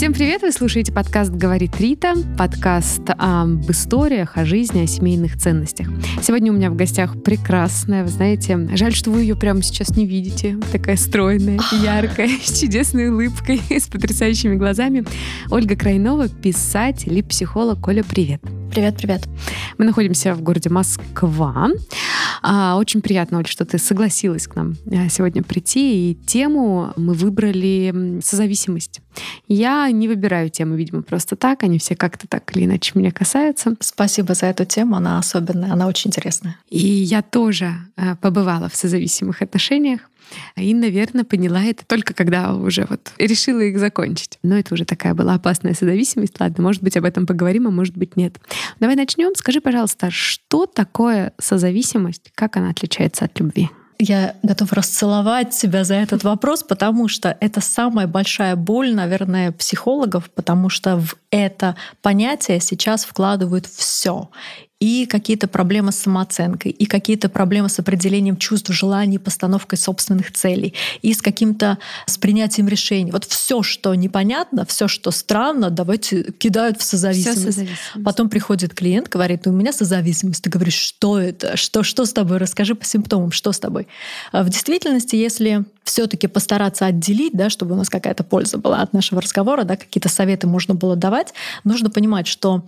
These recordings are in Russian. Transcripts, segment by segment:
Всем привет! Вы слушаете подкаст «Говорит Рита», подкаст об историях, о жизни, о семейных ценностях. Сегодня у меня в гостях прекрасная, вы знаете, жаль, что вы ее прямо сейчас не видите, такая стройная, яркая, с чудесной улыбкой, с потрясающими глазами. Ольга Крайнова, писатель и психолог. Оля, привет! Привет. Мы находимся в городе Москва. Очень приятно, Оль, что ты согласилась к нам сегодня прийти. И тему мы выбрали «Созависимость». Я не выбираю темы, видимо, просто так. Они все как-то так или иначе меня касаются. Спасибо за эту тему. Она особенная, она очень интересная. И я тоже побывала в созависимых отношениях. И, наверное, поняла это только когда уже решила их закончить. Но это уже такая была опасная созависимость. Ладно, может быть, об этом поговорим, а может быть, нет. Давай начнем. Скажи, пожалуйста, что такое созависимость? Как она отличается от любви? Я готова расцеловать себя за этот вопрос, потому что это самая большая боль, наверное, психологов, потому что в это понятие сейчас вкладывают все. И какие-то проблемы с самооценкой, и какие-то проблемы с определением чувств, желаний, постановкой собственных целей, и с принятием решений. Вот все, что непонятно, все, что странно, давайте кидают в созависимость. Потом приходит клиент, говорит: у меня созависимость. Ты говоришь: что это? Что с тобой? Расскажи по симптомам, что с тобой. В действительности, если все-таки постараться отделить, да, чтобы у нас какая-то польза была от нашего разговора, да, какие-то советы можно было давать, нужно понимать, что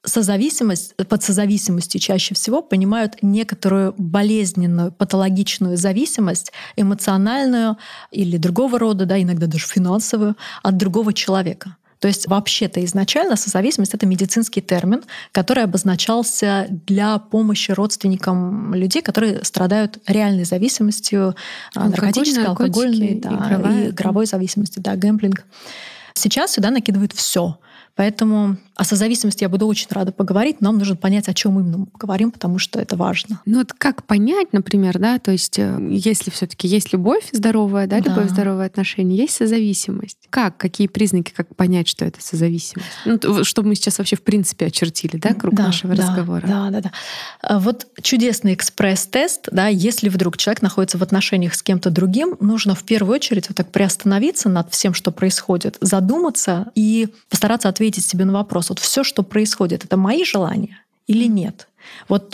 под созависимостью чаще всего понимают некоторую болезненную, патологичную зависимость, эмоциональную или другого рода, да, иногда даже финансовую, от другого человека. То есть вообще-то изначально созависимость — это медицинский термин, который обозначался для помощи родственникам людей, которые страдают реальной зависимостью, наркотической, алкогольной, и игровой зависимостью, гэмблинг. Сейчас сюда накидывают все. Поэтому о созависимости я буду очень рада поговорить, но нам нужно понять, о чем именно мы поговорим, потому что это важно. Ну вот как понять, например, да, то есть если все-таки есть любовь здоровая, да, любовь, здоровые отношения, есть созависимость. Какие признаки, как понять, что это созависимость? Ну, чтобы мы сейчас вообще в принципе очертили, да, круг нашего разговора. Да. Вот чудесный экспресс-тест, да, если вдруг человек находится в отношениях с кем-то другим, нужно в первую очередь вот так приостановиться над всем, что происходит, задуматься и постараться ответить себе на вопрос: вот все, что происходит, это мои желания или нет? Вот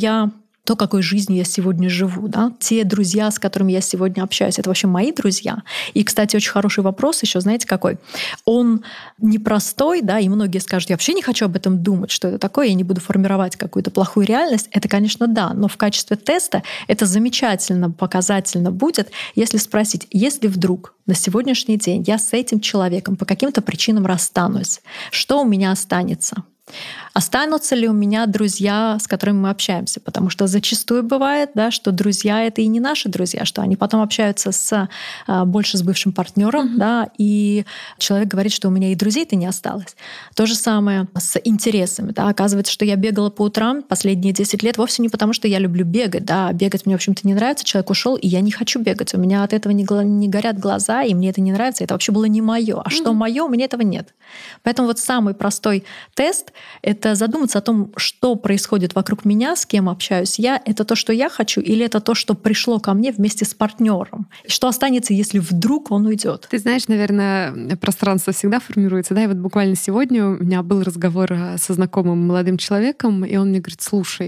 то, какой жизнью я сегодня живу, да, те друзья, с которыми я сегодня общаюсь, это вообще мои друзья? И, кстати, очень хороший вопрос еще, знаете, какой? Он непростой, да, и многие скажут: я вообще не хочу об этом думать, что это такое, я не буду формировать какую-то плохую реальность. Это, конечно, да, но в качестве теста это замечательно, показательно будет, если спросить: если вдруг на сегодняшний день я с этим человеком по каким-то причинам расстанусь, что у меня останется? Останутся ли у меня друзья, с которыми мы общаемся? Потому что зачастую бывает, да, что друзья — это и не наши друзья, что они потом общаются больше с бывшим партнером, да, и человек говорит, что у меня и друзей-то не осталось. То же самое с интересами. Да. Оказывается, что я бегала по утрам последние 10 лет вовсе не потому, что я люблю бегать. Да. Бегать мне, в общем-то, не нравится. Человек ушел, и я не хочу бегать. У меня от этого не горят глаза, и мне это не нравится. Это вообще было не мое. А что мое, у меня этого нет. Поэтому вот самый простой тест — это задуматься о том, что происходит вокруг меня, с кем общаюсь я. Это то, что я хочу, или это то, что пришло ко мне вместе с партнером? Что останется, если вдруг он уйдет? Ты знаешь, наверное, пространство всегда формируется. Да? И вот буквально сегодня у меня был разговор со знакомым молодым человеком, и он мне говорит: слушай,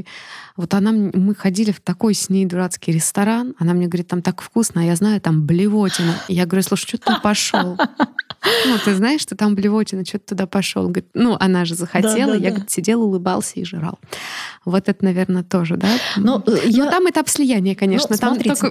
мы ходили в такой с ней дурацкий ресторан, она мне говорит: там так вкусно, а я знаю, там блевотина. И я говорю: слушай, что ты там пошел? Ты знаешь, что там блевотина, что ты туда пошел? Он говорит: она же захотела. Я, говорит, сидел, улыбался и жрал. Вот это, наверное, тоже, да? Но там этап слияния, конечно. Смотрите,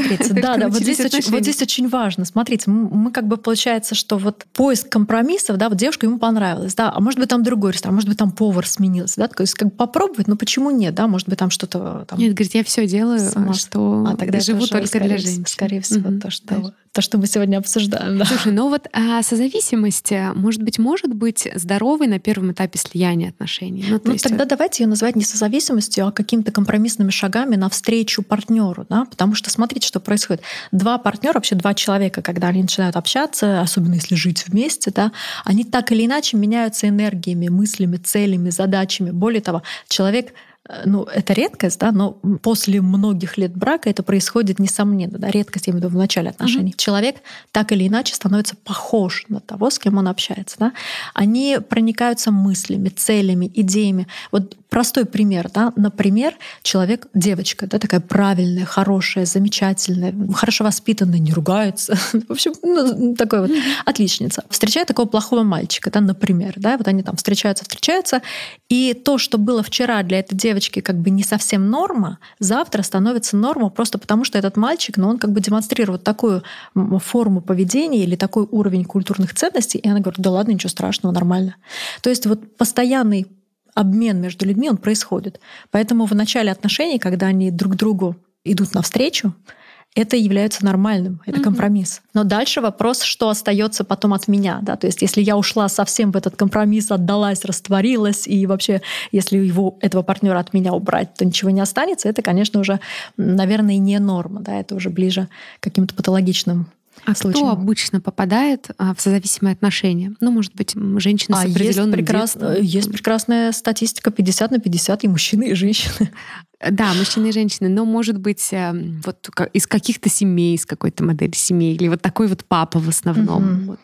вот здесь очень важно. Смотрите, мы получается, что вот поиск компромиссов, да, вот девушка ему понравилась, да, а может быть там другой ресторан, может быть там повар сменился, да, то есть попробовать, но почему нет, да, может быть там что-то там... Нет, говорит, я все делаю, что тогда живу только для женщин. Скорее всего, то, что мы сегодня обсуждаем. Да. Слушай, созависимость, может быть здоровой на первом этапе слияния отношений. Тогда давайте ее назвать не созависимостью, а какими-то компромиссными шагами навстречу партнеру, да? Потому что смотрите, что происходит. Два партнера, вообще два человека, когда они начинают общаться, особенно если жить вместе, да, они так или иначе меняются энергиями, мыслями, целями, задачами. Более того, человек это редкость, да, но после многих лет брака это происходит несомненно, да, редкость, я имею в виду, в начале отношений. Человек так или иначе становится похож на того, с кем он общается, да. Они проникаются мыслями, целями, идеями. Вот простой пример, да, например, человек, девочка, да, такая правильная, хорошая, замечательная, хорошо воспитанная, не ругается, в общем, такой вот отличница. Встречает такого плохого мальчика, да, например, да, вот они там встречаются, и то, что было вчера для этой девочки как бы не совсем норма, завтра становится нормой просто потому, что этот мальчик, он как бы демонстрирует такую форму поведения или такой уровень культурных ценностей, и она говорит: да ладно, ничего страшного, нормально. То есть вот постоянный обмен между людьми, он происходит. Поэтому в начале отношений, когда они друг другу идут навстречу, это является нормальным, это компромисс. Но дальше вопрос, что остается потом от меня. Да? То есть если я ушла совсем в этот компромисс, отдалась, растворилась, и вообще, если этого партнера от меня убрать, то ничего не останется, это, конечно, уже, наверное, не норма. Да? Это уже ближе к каким-то патологичным случаям. Кто обычно попадает в созависимые отношения? Может быть, женщины с определенным детством. Есть прекрасная статистика 50/50, и мужчины, и женщины. Да, мужчины и женщины, но, может быть, вот из каких-то семей, из какой-то модели семей, или вот такой вот папа в основном.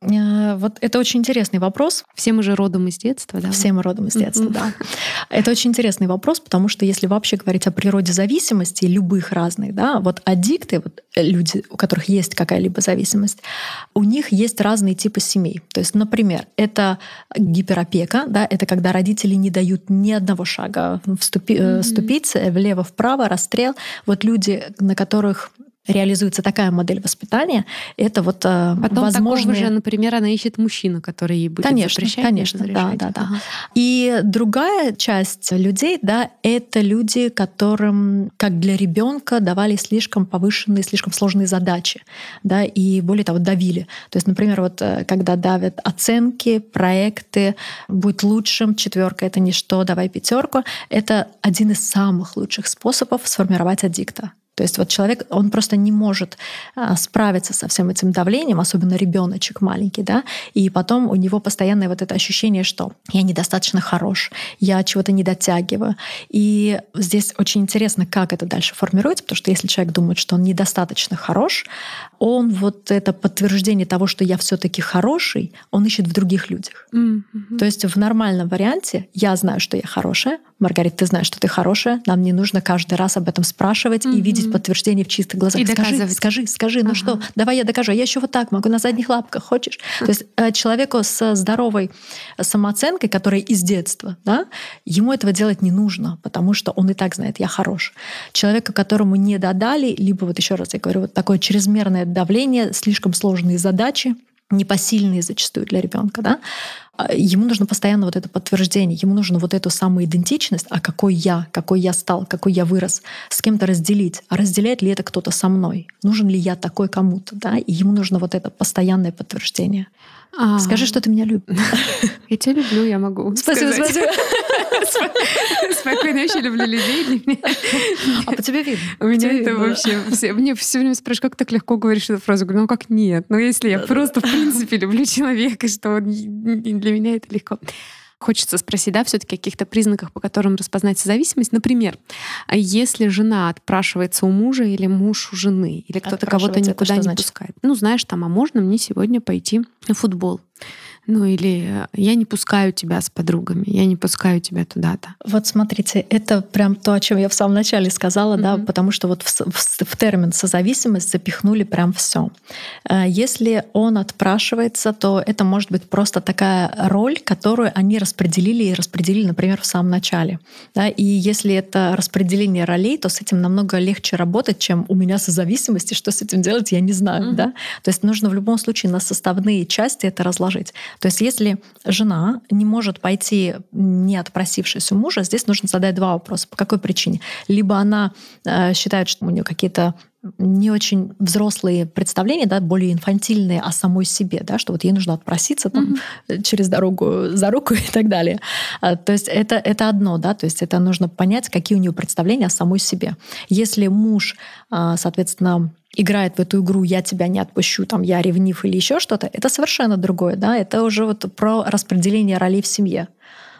Вот это очень интересный вопрос. Все мы же родом из детства, да? Все мы родом из детства, да. Это очень интересный вопрос, потому что если вообще говорить о природе зависимости, любых разных, да, вот аддикты, вот люди, у которых есть какая-либо зависимость, у них есть разные типы семей. То есть, например, это гиперопека, да, это когда родители не дают ни одного шага ступить влево-вправо, расстрел. Вот люди, на которых реализуется такая модель воспитания, это вот возможно. Такого же, например, она ищет мужчину, который ей будет запрещать. Конечно, да. Ага. И другая часть людей, да, это люди, которым, как для ребенка, давали слишком повышенные, слишком сложные задачи, да, и более того, давили. То есть, например, вот когда давят оценки, проекты, будь лучшим, 4 — это ничто, давай 5, это один из самых лучших способов сформировать аддикта. То есть вот человек, он просто не может справиться со всем этим давлением, особенно ребеночек маленький, да, и потом у него постоянное вот это ощущение, что я недостаточно хорош, я чего-то не дотягиваю. И здесь очень интересно, как это дальше формируется, потому что если человек думает, что он недостаточно хорош, он вот это подтверждение того, что я все-таки хороший, он ищет в других людях. То есть в нормальном варианте я знаю, что я хорошая, Маргарита, ты знаешь, что ты хорошая, нам не нужно каждый раз об этом спрашивать и видеть подтверждение в чистых глазах. И скажи, ну что, давай я докажу, я еще вот так могу, на задних лапках, хочешь? То есть человеку с здоровой самооценкой, которая из детства, да, ему этого делать не нужно, потому что он и так знает, я хорош. Человеку, которому не додали, либо вот еще раз я говорю, вот такое чрезмерное давление, слишком сложные задачи, непосильные зачастую для ребенка, да, ему нужно постоянно вот это подтверждение, ему нужно вот эту самоидентичность, а какой я стал, какой я вырос, с кем-то разделить. А разделяет ли это кто-то со мной? Нужен ли я такой кому-то? Да? И ему нужно вот это постоянное подтверждение. Скажи, что ты меня любишь. Я тебя люблю, я могу. Спасибо. Спокойно, я очень люблю людей. А по тебе видно. У меня это вообще... Мне все время спрашивают, как так легко говоришь эту фразу. Говорю, как нет? Если я просто в принципе люблю человека, что для меня это легко. Хочется спросить, да, все-таки о каких-то признаках, по которым распознать зависимость. Например, если жена отпрашивается у мужа или муж у жены, или кто-то кого-то никуда не пускает. Знаешь, а можно мне сегодня пойти на футбол? Или я не пускаю тебя с подругами, я не пускаю тебя туда-то. Вот смотрите, это прям то, о чем я в самом начале сказала, да, потому что вот в термин созависимость запихнули прям все. Если он отпрашивается, то это может быть просто такая роль, которую они распределили, например, в самом начале. Да, и если это распределение ролей, то с этим намного легче работать, чем у меня созависимость, и что с этим делать, я не знаю. Да? То есть нужно в любом случае на составные части это разложить. То есть если жена не может пойти, не отпросившись у мужа, здесь нужно задать 2 вопроса. По какой причине? Либо она считает, что у нее какие-то не очень взрослые представления, да, более инфантильные о самой себе, да, что вот ей нужно отпроситься там, через дорогу за руку и так далее. То есть это одно, да, то есть это нужно понять, какие у нее представления о самой себе. Если муж, соответственно, играет в эту игру «я тебя не отпущу», там, «я ревнив» или еще что-то, это совершенно другое, да, это уже вот про распределение ролей в семье.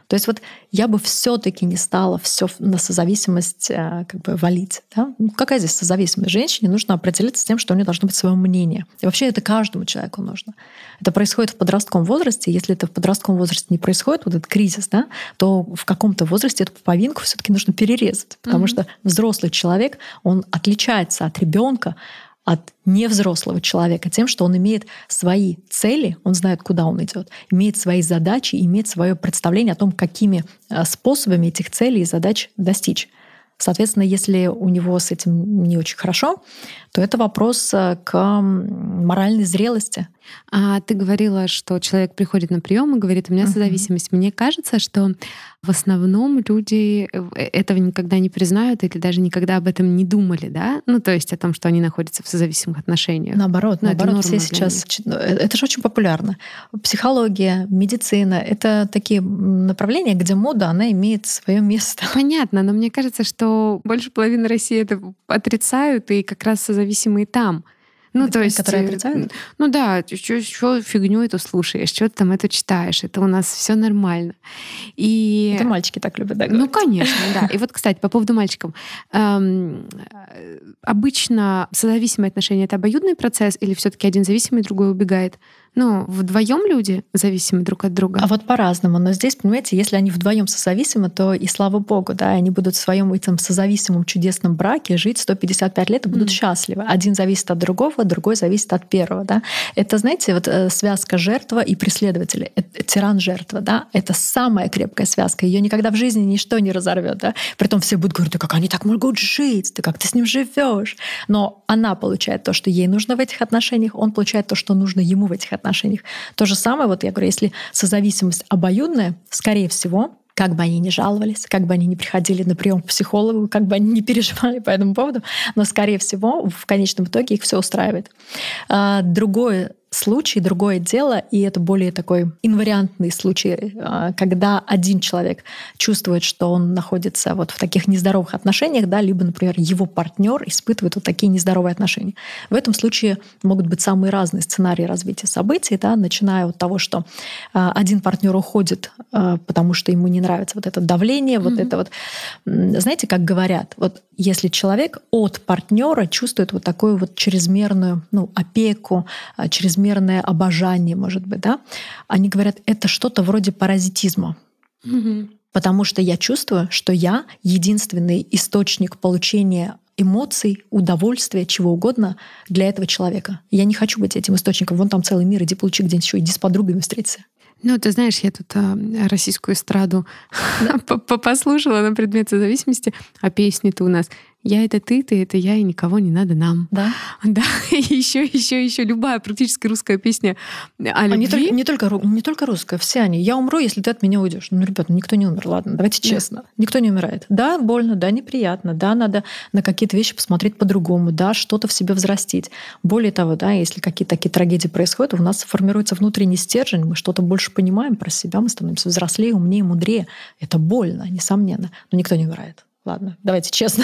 То есть вот я бы все-таки не стала все на созависимость как бы валить. Да? Ну, какая здесь созависимость? Женщине нужно определиться с тем, что у нее должно быть свое мнение. И вообще это каждому человеку нужно. Это происходит в подростковом возрасте. Если это в подростковом возрасте не происходит, вот этот кризис, да, то в каком-то возрасте эту пуповинку все-таки нужно перерезать. Потому что взрослый человек, он отличается от ребенка, от невзрослого человека тем, что он имеет свои цели, он знает, куда он идет, имеет свои задачи, имеет свое представление о том, какими способами этих целей и задач достичь. Соответственно, если у него с этим не очень хорошо, то это вопрос к моральной зрелости. А ты говорила, что человек приходит на прием и говорит, у меня созависимость. Мне кажется, что в основном люди этого никогда не признают или даже никогда об этом не думали, да? Ну, то есть о том, что они находятся в созависимых отношениях. Наоборот, все сейчас... Это же очень популярно. Психология, медицина — это такие направления, где мода, она имеет свое место. Понятно, но мне кажется, что больше половины России это отрицают, и как раз созависимые там. Ну, то есть, которые отрицают? Ну да, что фигню эту слушаешь, что ты там это читаешь, это у нас все нормально. И... Это мальчики так любят, да? Ну, конечно, да. И вот, кстати, по поводу мальчиков. Обычно созависимые отношения — это обоюдный процесс или все-таки один зависимый, другой убегает? Ну, вдвоем люди зависимы друг от друга? А вот по-разному. Но здесь, понимаете, если они вдвоем созависимы, то и слава богу, да, они будут в своем этом созависимом чудесном браке жить 155 лет и будут счастливы. Один зависит от другого, другой зависит от первого. Да. Это, знаете, вот связка жертва и преследователя. Тиран-жертва, да, это самая крепкая связка. Ее никогда в жизни ничто не разорвет. Да. Притом все будут говорить, да как они так могут жить, да как ты с ним живешь. Но она получает то, что ей нужно в этих отношениях, он получает то, что нужно ему в этих отношениях. То же самое, вот я говорю, если созависимость обоюдная, скорее всего, как бы они ни жаловались, как бы они ни приходили на прием к психологу, как бы они ни переживали по этому поводу, но, скорее всего, в конечном итоге их все устраивает. Другой случай, другое дело, и это более такой инвариантный случай, когда один человек чувствует, что он находится вот в таких нездоровых отношениях, да, либо, например, его партнер испытывает вот такие нездоровые отношения. В этом случае могут быть самые разные сценарии развития событий, да, начиная от того, что один партнер уходит, потому что ему не нравится вот это давление, вот это вот, знаете, как говорят, вот если человек от партнера чувствует вот такую вот чрезмерную, опеку, чрезмерное обожание, может быть, да, они говорят, это что-то вроде паразитизма. Потому что я чувствую, что я единственный источник получения эмоций, удовольствия, чего угодно для этого человека. Я не хочу быть этим источником. Вон там целый мир, иди получи где-нибудь еще, иди с подругами встретиться. Ну, ты знаешь, я тут российскую эстраду послушала на предмет созависимости, а песни-то у нас «Я — это ты это я, и никого не надо нам». Да? Да, еще любая практически русская песня о любви. Не только русская, все они. «Я умру, если ты от меня уйдешь». Ну, ребят, никто не умер, ладно, давайте честно. Никто не умирает. Да, больно, да, неприятно, да, надо на какие-то вещи посмотреть по-другому, да, что-то в себе взрастить. Более того, да, если какие-то такие трагедии происходят, у нас формируется внутренний стержень, мы что-то больше понимаем про себя, мы становимся взрослее, умнее, мудрее. Это больно, несомненно, но никто не умирает. Ладно, давайте честно.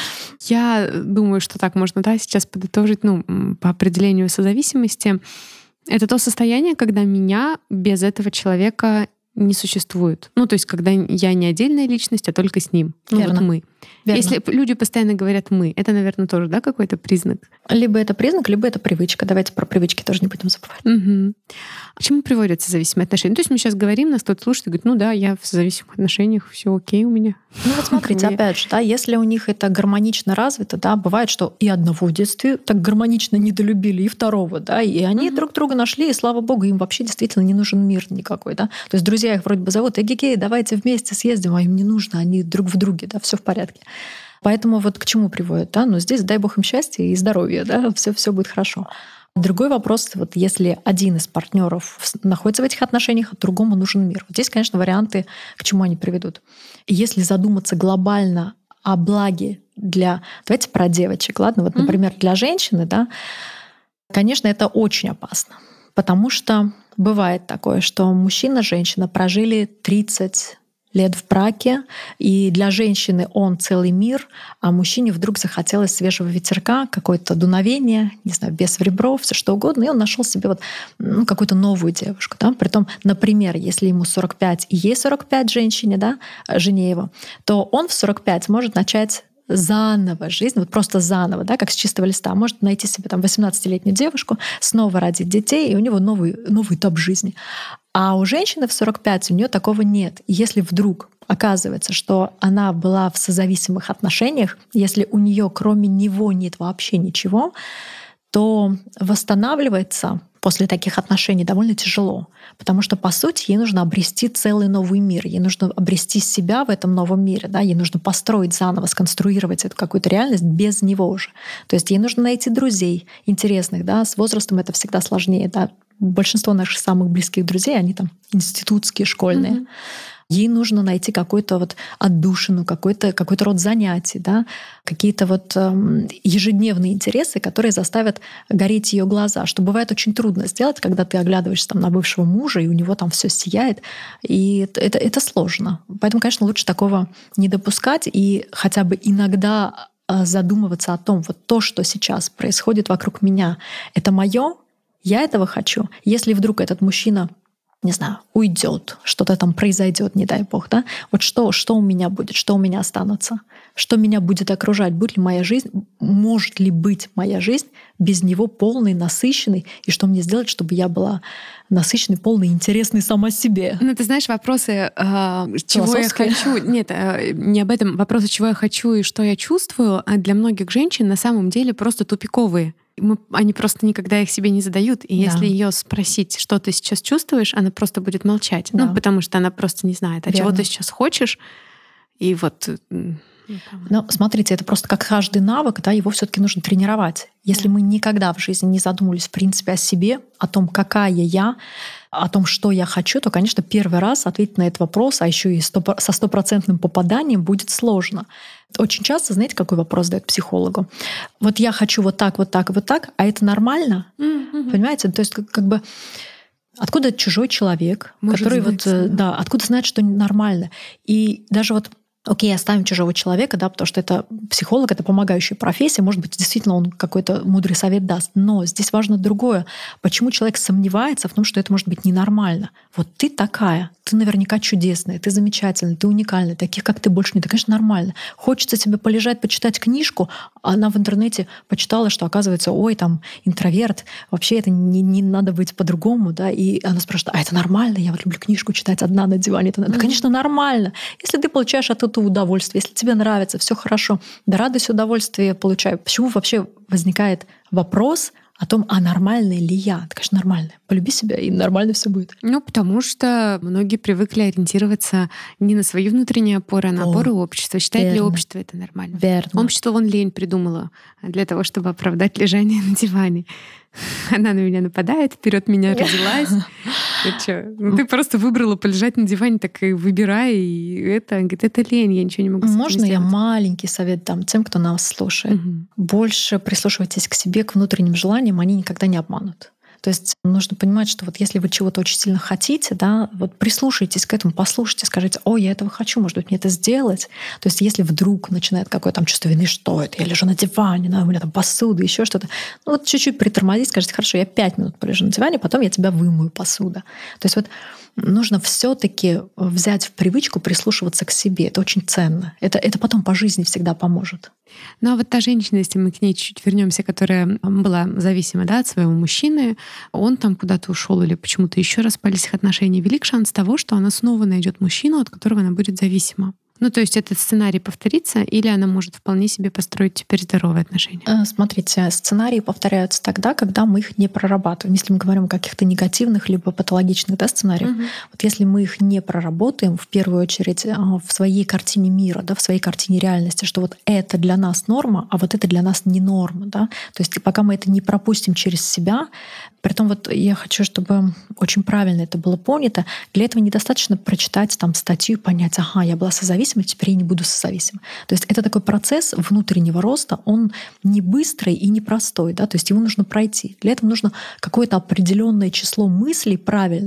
Я думаю, что так можно, да, сейчас подытожить, по определению созависимости. Это то состояние, когда меня без этого человека не существует. Ну, то есть, когда я не отдельная личность, а только с ним. Верно. Вот мы. Верно. Если люди постоянно говорят «мы», это, наверное, тоже, да, какой-то признак? Либо это признак, либо это привычка. Давайте про привычки тоже не будем забывать. Угу. К чему приводят созависимые отношения? То есть мы сейчас говорим, нас кто-то слушает и говорит, да, я в созависимых отношениях, все окей у меня. Ну вот смотрите, опять же, да, если у них это гармонично развито, да, бывает, что и одного в детстве так гармонично недолюбили, и второго, да, и они друг друга нашли, и слава богу, им вообще действительно не нужен мир никакой, да. То есть друзья их вроде бы зовут, эгегей, давайте вместе съездим, а им не нужно, они друг в друге, да, все в порядке. Поэтому вот к чему приводит, да, здесь дай бог им счастья и здоровья, да, все будет хорошо. Другой вопрос, вот если один из партнеров находится в этих отношениях, а другому нужен мир. Вот здесь, конечно, варианты, к чему они приведут. Если задуматься глобально о благе давайте про девочек, ладно, вот, например, для женщины, да, конечно, это очень опасно, потому что бывает такое, что мужчина, женщина прожили 30 лет в браке, и для женщины он целый мир, а мужчине вдруг захотелось свежего ветерка, какое-то дуновение, не знаю, без в ребро, все что угодно, и он нашел себе вот, какую-то новую девушку. Да? Притом, например, если ему 45 и ей 45 женщине, да, жене его, то он в 45 может начать заново жизнь, вот просто заново, да, как с чистого листа. Может найти себе там 18-летнюю девушку, снова родить детей, и у него новый этап жизни. А у женщины в 45 у нее такого нет. И если вдруг оказывается, что она была в созависимых отношениях, если у нее кроме него нет вообще ничего, то восстанавливается после таких отношений довольно тяжело. Потому что, по сути, ей нужно обрести целый новый мир. Ей нужно обрести себя в этом новом мире. Да? Ей нужно построить заново, сконструировать эту какую-то реальность без него уже. То есть ей нужно найти друзей интересных. Да? С возрастом это всегда сложнее. Да? Большинство наших самых близких друзей, они там институтские, школьные. Mm-hmm. Ей нужно найти какую-то вот отдушину, какой-то род занятий, да? Какие-то вот ежедневные интересы, которые заставят гореть ее глаза, что бывает очень трудно сделать, когда ты оглядываешься там на бывшего мужа, и у него там все сияет, и это сложно. Поэтому, конечно, лучше такого не допускать и хотя бы иногда задумываться о том, вот то, что сейчас происходит вокруг меня, это мое, я этого хочу. Если вдруг этот мужчина, не знаю, уйдет, что-то там произойдет, не дай бог, да, вот что у меня будет, что у меня останется, что меня будет окружать, будет ли моя жизнь, может ли быть моя жизнь без него полной, насыщенной, и что мне сделать, чтобы я была насыщенной, полной, интересной сама себе. Ну, ты знаешь, вопросы, чего я хочу... Нет, не об этом. Вопросы, чего я хочу и что я чувствую, для многих женщин на самом деле просто тупиковые. Они просто никогда их себе не задают. И если ее спросить, что ты сейчас чувствуешь, она просто будет молчать. Да. Ну, потому что она просто не знает, а чего ты сейчас хочешь. И вот... Но смотрите, это просто как каждый навык, да, его все-таки нужно тренировать. Если мы никогда в жизни не задумывались, в принципе, о себе, о том, какая я, о том, что я хочу, то, конечно, первый раз ответить на этот вопрос, а еще и со стопроцентным попаданием будет сложно. Очень часто, знаете, какой вопрос задают психологу? Вот я хочу вот так, вот так, вот так, а это нормально? Mm-hmm. Понимаете? То есть как бы откуда чужой человек, может который знать, да, откуда знает, что нормально? И даже вот окей, оставим чужого человека, да, потому что это психолог, это помогающая профессия, может быть, действительно он какой-то мудрый совет даст. Но здесь важно другое. Почему человек сомневается в том, что это может быть ненормально? Вот ты такая, ты наверняка чудесная, ты замечательная, ты уникальная, таких, как ты, больше нет. Это, конечно, нормально. Хочется тебе полежать, почитать книжку, а она в интернете почитала, что, оказывается, ой, там, интроверт, вообще это не надо быть по-другому, да, и она спрашивает, а это нормально? Я вот люблю книжку читать одна на диване. Это, конечно, нормально. Если ты получаешь от этого удовольствие, если тебе нравится, все хорошо, да, радость, удовольствие получаю. Почему вообще возникает вопрос о том, а нормальная ли я? Это, конечно, нормально. Полюби себя, и нормально все будет. Ну, потому что многие привыкли ориентироваться не на свои внутренние опоры, а на опоры общества. Считает ли общество это нормально? Верно. Общество вон лень придумало для того, чтобы оправдать лежание на диване. Она на меня нападает, вперед меня родилась. Ты просто выбрала полежать на диване, так и выбирай. И это, говорит, это лень, я ничего не могу с этим Можно сделать. я маленький совет дам тем, кто нас слушает? Больше прислушивайтесь к себе, к внутренним желаниям, они никогда не обманут. То есть нужно понимать, что вот если вы чего-то очень сильно хотите, да, вот прислушайтесь к этому, послушайте, скажите, ой, я этого хочу, может быть, мне это сделать. То есть если вдруг начинает какое-то там чувство вины, что это, я лежу на диване, да, у меня там посуда, еще что-то, ну вот чуть-чуть притормозить, скажите, хорошо, я 5 минут полежу на диване, потом я тебя вымою, посуда. То есть вот нужно все-таки взять в привычку прислушиваться к себе. Это очень ценно. Это потом по жизни всегда поможет. Ну а вот та женщина, если мы к ней чуть вернемся, которая была зависима, да, от своего мужчины, он там куда-то ушел или почему-то еще распались их отношения, велик шанс того, что она снова найдет мужчину, от которого она будет зависима. Ну, то есть этот сценарий повторится, или она может вполне себе построить теперь здоровые отношения? Смотрите, сценарии повторяются тогда, когда мы их не прорабатываем. Если мы говорим о каких-то негативных либо патологичных, да, сценариях, вот если мы их не проработаем, в первую очередь в своей картине мира, да, в своей картине реальности, что вот это для нас норма, а вот это для нас не норма, да, то есть пока мы это не пропустим через себя, притом вот я хочу, чтобы очень правильно это было понято, для этого недостаточно прочитать там статью и понять, ага, я была созависима, теперь я не буду созависима. То есть это такой процесс внутреннего роста, он не быстрый и не простой, да, то есть его нужно пройти. Для этого нужно какое-то определенное число мыслей правильных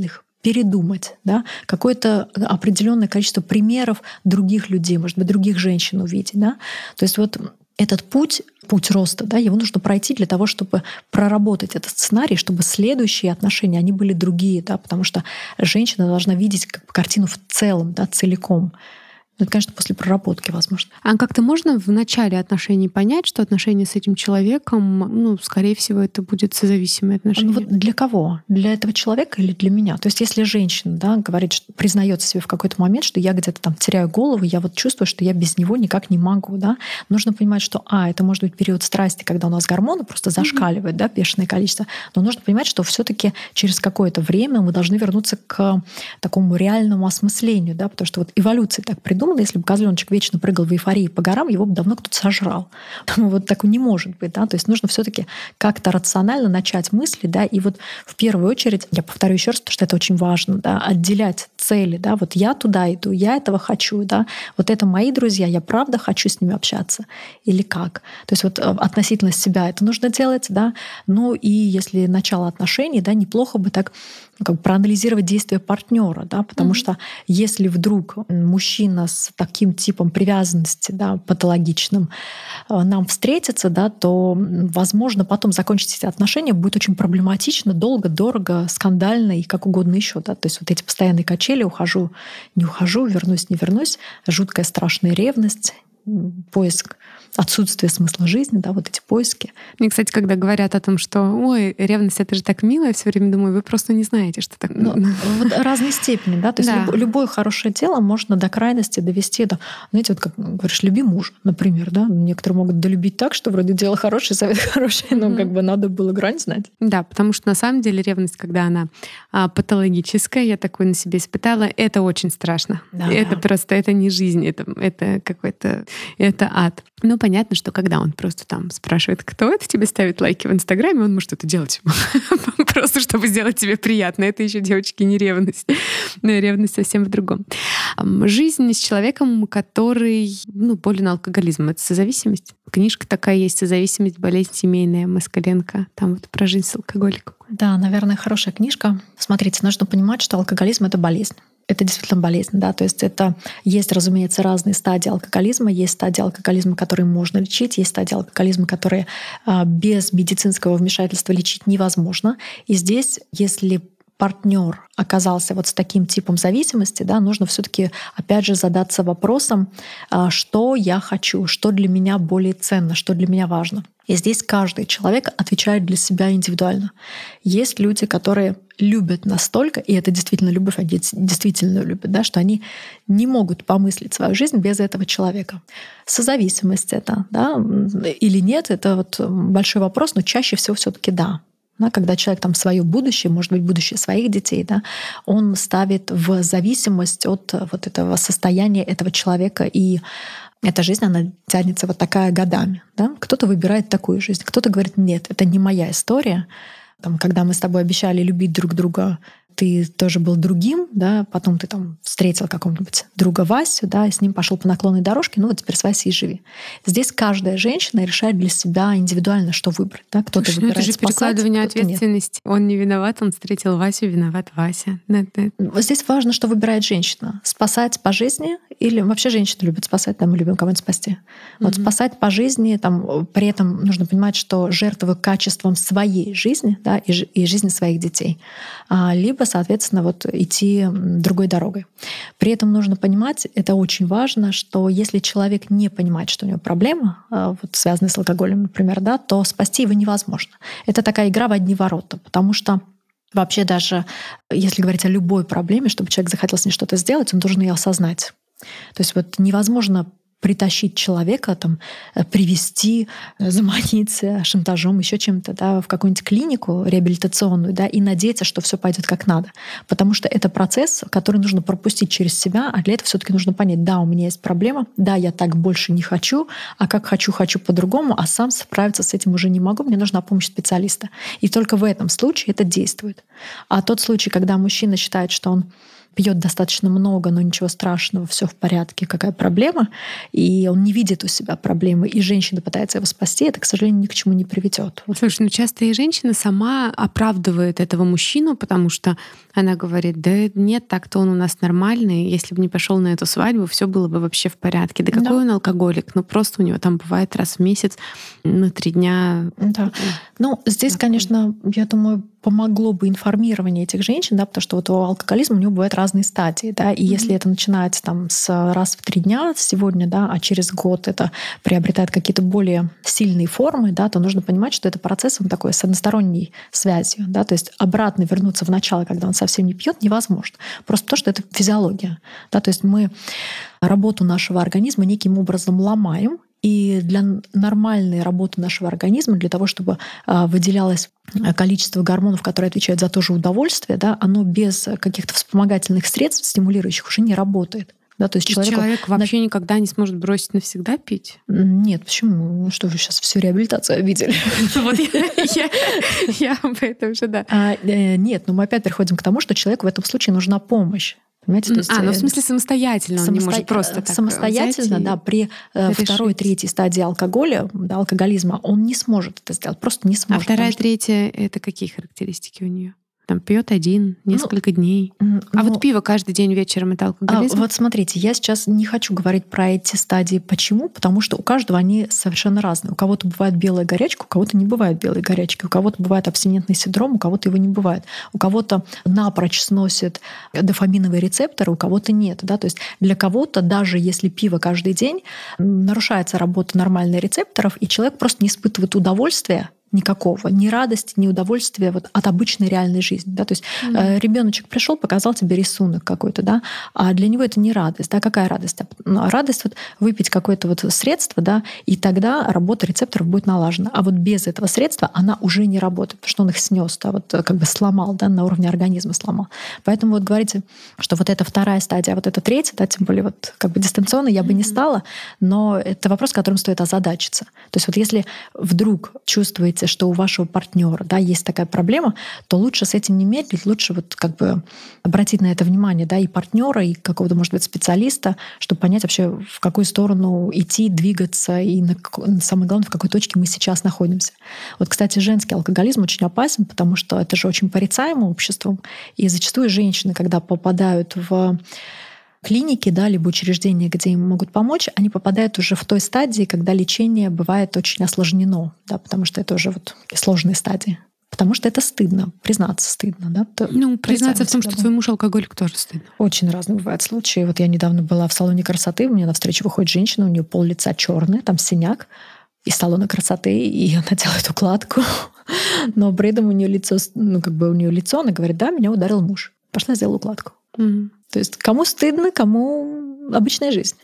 передумать, да, какое-то определенное количество примеров других людей, может быть, других женщин увидеть. Да? То есть вот этот путь роста, да, его нужно пройти для того, чтобы проработать этот сценарий, чтобы следующие отношения, они были другие, да, потому что женщина должна видеть как бы картину в целом, да, целиком. Это, конечно, после проработки возможно. А как-то можно в начале отношений понять, что отношения с этим человеком, скорее всего, это будет созависимые отношения? Вот для кого? Для этого человека или для меня? То есть если женщина, да, говорит, что признается себе в какой-то момент, что я где-то там теряю голову, я вот чувствую, что я без него никак не могу, да, нужно понимать, что это может быть период страсти, когда у нас гормоны просто зашкаливают, да, бешеное количество, но нужно понимать, что все-таки через какое-то время мы должны вернуться к такому реальному осмыслению, да, потому что вот эволюция так придумана. Если бы козленочек вечно прыгал в эйфории по горам, его бы давно кто-то сожрал. Вот такого не может быть. Да? То есть нужно все-таки как-то рационально начать мысли, да, и вот в первую очередь, я повторю еще раз, потому что это очень важно, да, отделять цели. Да? Вот я туда иду, я этого хочу, да? Вот это мои друзья, я правда хочу с ними общаться или как? То есть вот относительно себя это нужно делать, да. Ну и если начало отношений, да, неплохо бы так как бы проанализировать действия партнера, да, потому что если вдруг мужчина с таким типом привязанности, да, патологичным нам встретится, да, то, возможно, потом закончить эти отношения будет очень проблематично, долго, дорого, скандально и как угодно еще, да. То есть вот эти постоянные качели, ухожу, не ухожу, вернусь, не вернусь, жуткая страшная ревность, поиск, отсутствие смысла жизни, да, вот эти поиски. Мне, кстати, когда говорят о том, что ой, ревность — это же так мило, я все время думаю, вы просто не знаете, что такое. Вот разной степени, да, то есть любое хорошее дело можно до крайности довести до, знаете, вот как говоришь, люби мужа, например, да, некоторые могут долюбить так, что вроде дело хорошее, совет хороший, но как бы надо было грань знать. Да, потому что на самом деле ревность, когда она патологическая, я такое на себе испытала, это очень страшно. Да, это просто, это не жизнь, это какой-то, это ад. Ну, понятно, что когда он просто там спрашивает, кто это тебе ставит лайки в Инстаграме, он может это делать просто, чтобы сделать тебе приятно. Это еще, девочки, не ревность. Ревность совсем в другом. Жизнь с человеком, который болен алкоголизмом. Это созависимость. Книжка такая есть «Созависимость. Болезнь семейная» Москаленко. Там вот про жизнь с алкоголиком. Да, наверное, хорошая книжка. Смотрите, нужно понимать, что алкоголизм — это болезнь. Это действительно болезнь, да, то есть это есть, разумеется, разные стадии алкоголизма. Есть стадии алкоголизма, которые можно лечить, есть стадии алкоголизма, которые без медицинского вмешательства лечить невозможно. И здесь, если партнер оказался вот с таким типом зависимости, да, нужно все-таки опять же задаться вопросом, что я хочу, что для меня более ценно, что для меня важно. И здесь каждый человек отвечает для себя индивидуально. Есть люди, которые любят настолько, и это действительно любовь, они действительно любят, да, что они не могут помыслить свою жизнь без этого человека. Созависимость это, да, или нет, это вот большой вопрос, но чаще всего все-таки да. Когда человек там свое будущее, может быть, будущее своих детей, да, он ставит в зависимость от вот этого состояния этого человека, и эта жизнь, она тянется вот такая годами. Да? Кто-то выбирает такую жизнь, кто-то говорит, нет, это не моя история. Там, когда мы с тобой обещали любить друг друга, ты тоже был другим, да, потом ты там встретил какого-нибудь друга Васю, да, и с ним пошел по наклонной дорожке, вот теперь с Васей и живи. Здесь каждая женщина решает для себя индивидуально, что выбрать. Да? Кто-то выбирает это же спасать, перекладывание ответственности. Нет. Он не виноват, он встретил Васю, виноват Вася. Здесь важно, что выбирает женщина. Спасать по жизни или вообще женщины любят спасать, мы любим кого-нибудь спасти. Вот спасать по жизни, при этом нужно понимать, что жертвы качеством своей жизни, да, и жизни своих детей. Либо, соответственно, вот идти другой дорогой. При этом нужно понимать, это очень важно, что если человек не понимает, что у него проблема, вот связанная с алкоголем, например, да, то спасти его невозможно. Это такая игра в одни ворота, потому что вообще даже если говорить о любой проблеме, чтобы человек захотел с ней что-то сделать, он должен ее осознать. То есть вот невозможно притащить человека, там, привести, заманить шантажом, еще чем-то, да, в какую-нибудь клинику реабилитационную, да, и надеяться, что все пойдет как надо. Потому что это процесс, который нужно пропустить через себя, а для этого все-таки нужно понять, да, у меня есть проблема, да, я так больше не хочу, а как хочу по-другому, а сам справиться с этим уже не могу, мне нужна помощь специалиста. И только в этом случае это действует. А тот случай, когда мужчина считает, что он пьет достаточно много, но ничего страшного, все в порядке, какая проблема, и он не видит у себя проблемы, и женщина пытается его спасти, это, к сожалению, ни к чему не приведет. Слушай, ну часто и женщина сама оправдывает этого мужчину, потому что она говорит: да нет, так-то он у нас нормальный, если бы не пошел на эту свадьбу, все было бы вообще в порядке. Да какой он алкоголик? Ну просто у него там бывает раз в месяц на 3 дня. Да. Ну, здесь, конечно, я думаю, помогло бы информирование этих женщин, да, потому что вот у алкоголизма у него бывают разные стадии, да, и если это начинается там с раз в 3 дня сегодня, да, а через год это приобретает какие-то более сильные формы, да, то нужно понимать, что это процесс, он такой с односторонней связью, да, то есть обратно вернуться в начало, когда он совсем не пьет, невозможно, просто потому что это физиология, да, то есть мы работу нашего организма неким образом ломаем. И для нормальной работы нашего организма, для того, чтобы выделялось количество гормонов, которые отвечают за то же удовольствие, да, оно без каких-то вспомогательных средств, стимулирующих, уже не работает. Да, то есть человек вообще никогда не сможет бросить навсегда пить? Нет, почему? Что вы сейчас всю реабилитацию видели? Вот я об этом же, да. Нет, но мы опять приходим к тому, что человеку в этом случае нужна помощь. Понимаете? Ну в смысле самостоятельно он не может просто так самостоятельно, да, при второй, третьей стадии алкоголя, да, алкоголизма, он не сможет это сделать, просто не сможет. А вторая, третья — это какие характеристики у нее? Там пьет один, несколько дней. Вот пиво каждый день вечером — это алкоголизм? Вот смотрите, я сейчас не хочу говорить про эти стадии. Почему? Потому что у каждого они совершенно разные. У кого-то бывает белая горячка, у кого-то не бывает белой горячки. У кого-то бывает абстинентный синдром, у кого-то его не бывает. У кого-то напрочь сносит дофаминовые рецепторы, у кого-то нет. Да? То есть для кого-то, даже если пиво каждый день, нарушается работа нормальных рецепторов, и человек просто не испытывает удовольствия никакого, ни радости, ни удовольствия вот от обычной реальной жизни. Да? То есть ребеночек пришел, показал тебе рисунок какой-то, да, а для него это не радость. Да? Какая радость? Радость вот выпить какое-то вот средство, да, и тогда работа рецепторов будет налажена. А вот без этого средства она уже не работает, потому что он их снес, да, вот как бы сломал, да, на уровне организма сломал. Поэтому вот говорите, что вот это вторая стадия, а вот это третья, да, тем более вот как бы дистанционно я бы не стала, но это вопрос, которым стоит озадачиться. То есть вот если вдруг чувствуете, что у вашего партнера, да, есть такая проблема, то лучше с этим не медлить, лучше вот как бы обратить на это внимание, да, и партнера, и какого-то, может быть, специалиста, чтобы понять вообще, в какую сторону идти, двигаться, и самое главное, в какой точке мы сейчас находимся. Вот, кстати, женский алкоголизм очень опасен, потому что это же очень порицаемо обществом, и зачастую женщины, когда попадают в клиники, да, либо учреждения, где им могут помочь, они попадают уже в той стадии, когда лечение бывает очень осложнено, да, потому что это уже вот сложные стадии. Потому что это стыдно, признаться стыдно. Да? Признаться в том, что твой муж алкоголик, тоже стыдно. Очень разные бывают случаи. Вот я недавно была в салоне красоты, у меня навстречу выходит женщина, у нее пол лица черный, там синяк, из салона красоты, и она делает укладку. Но при этом у нее лицо, у нее лицо, она говорит: да, меня ударил муж. Пошла, сделала укладку. То есть кому стыдно, кому обычная жизнь.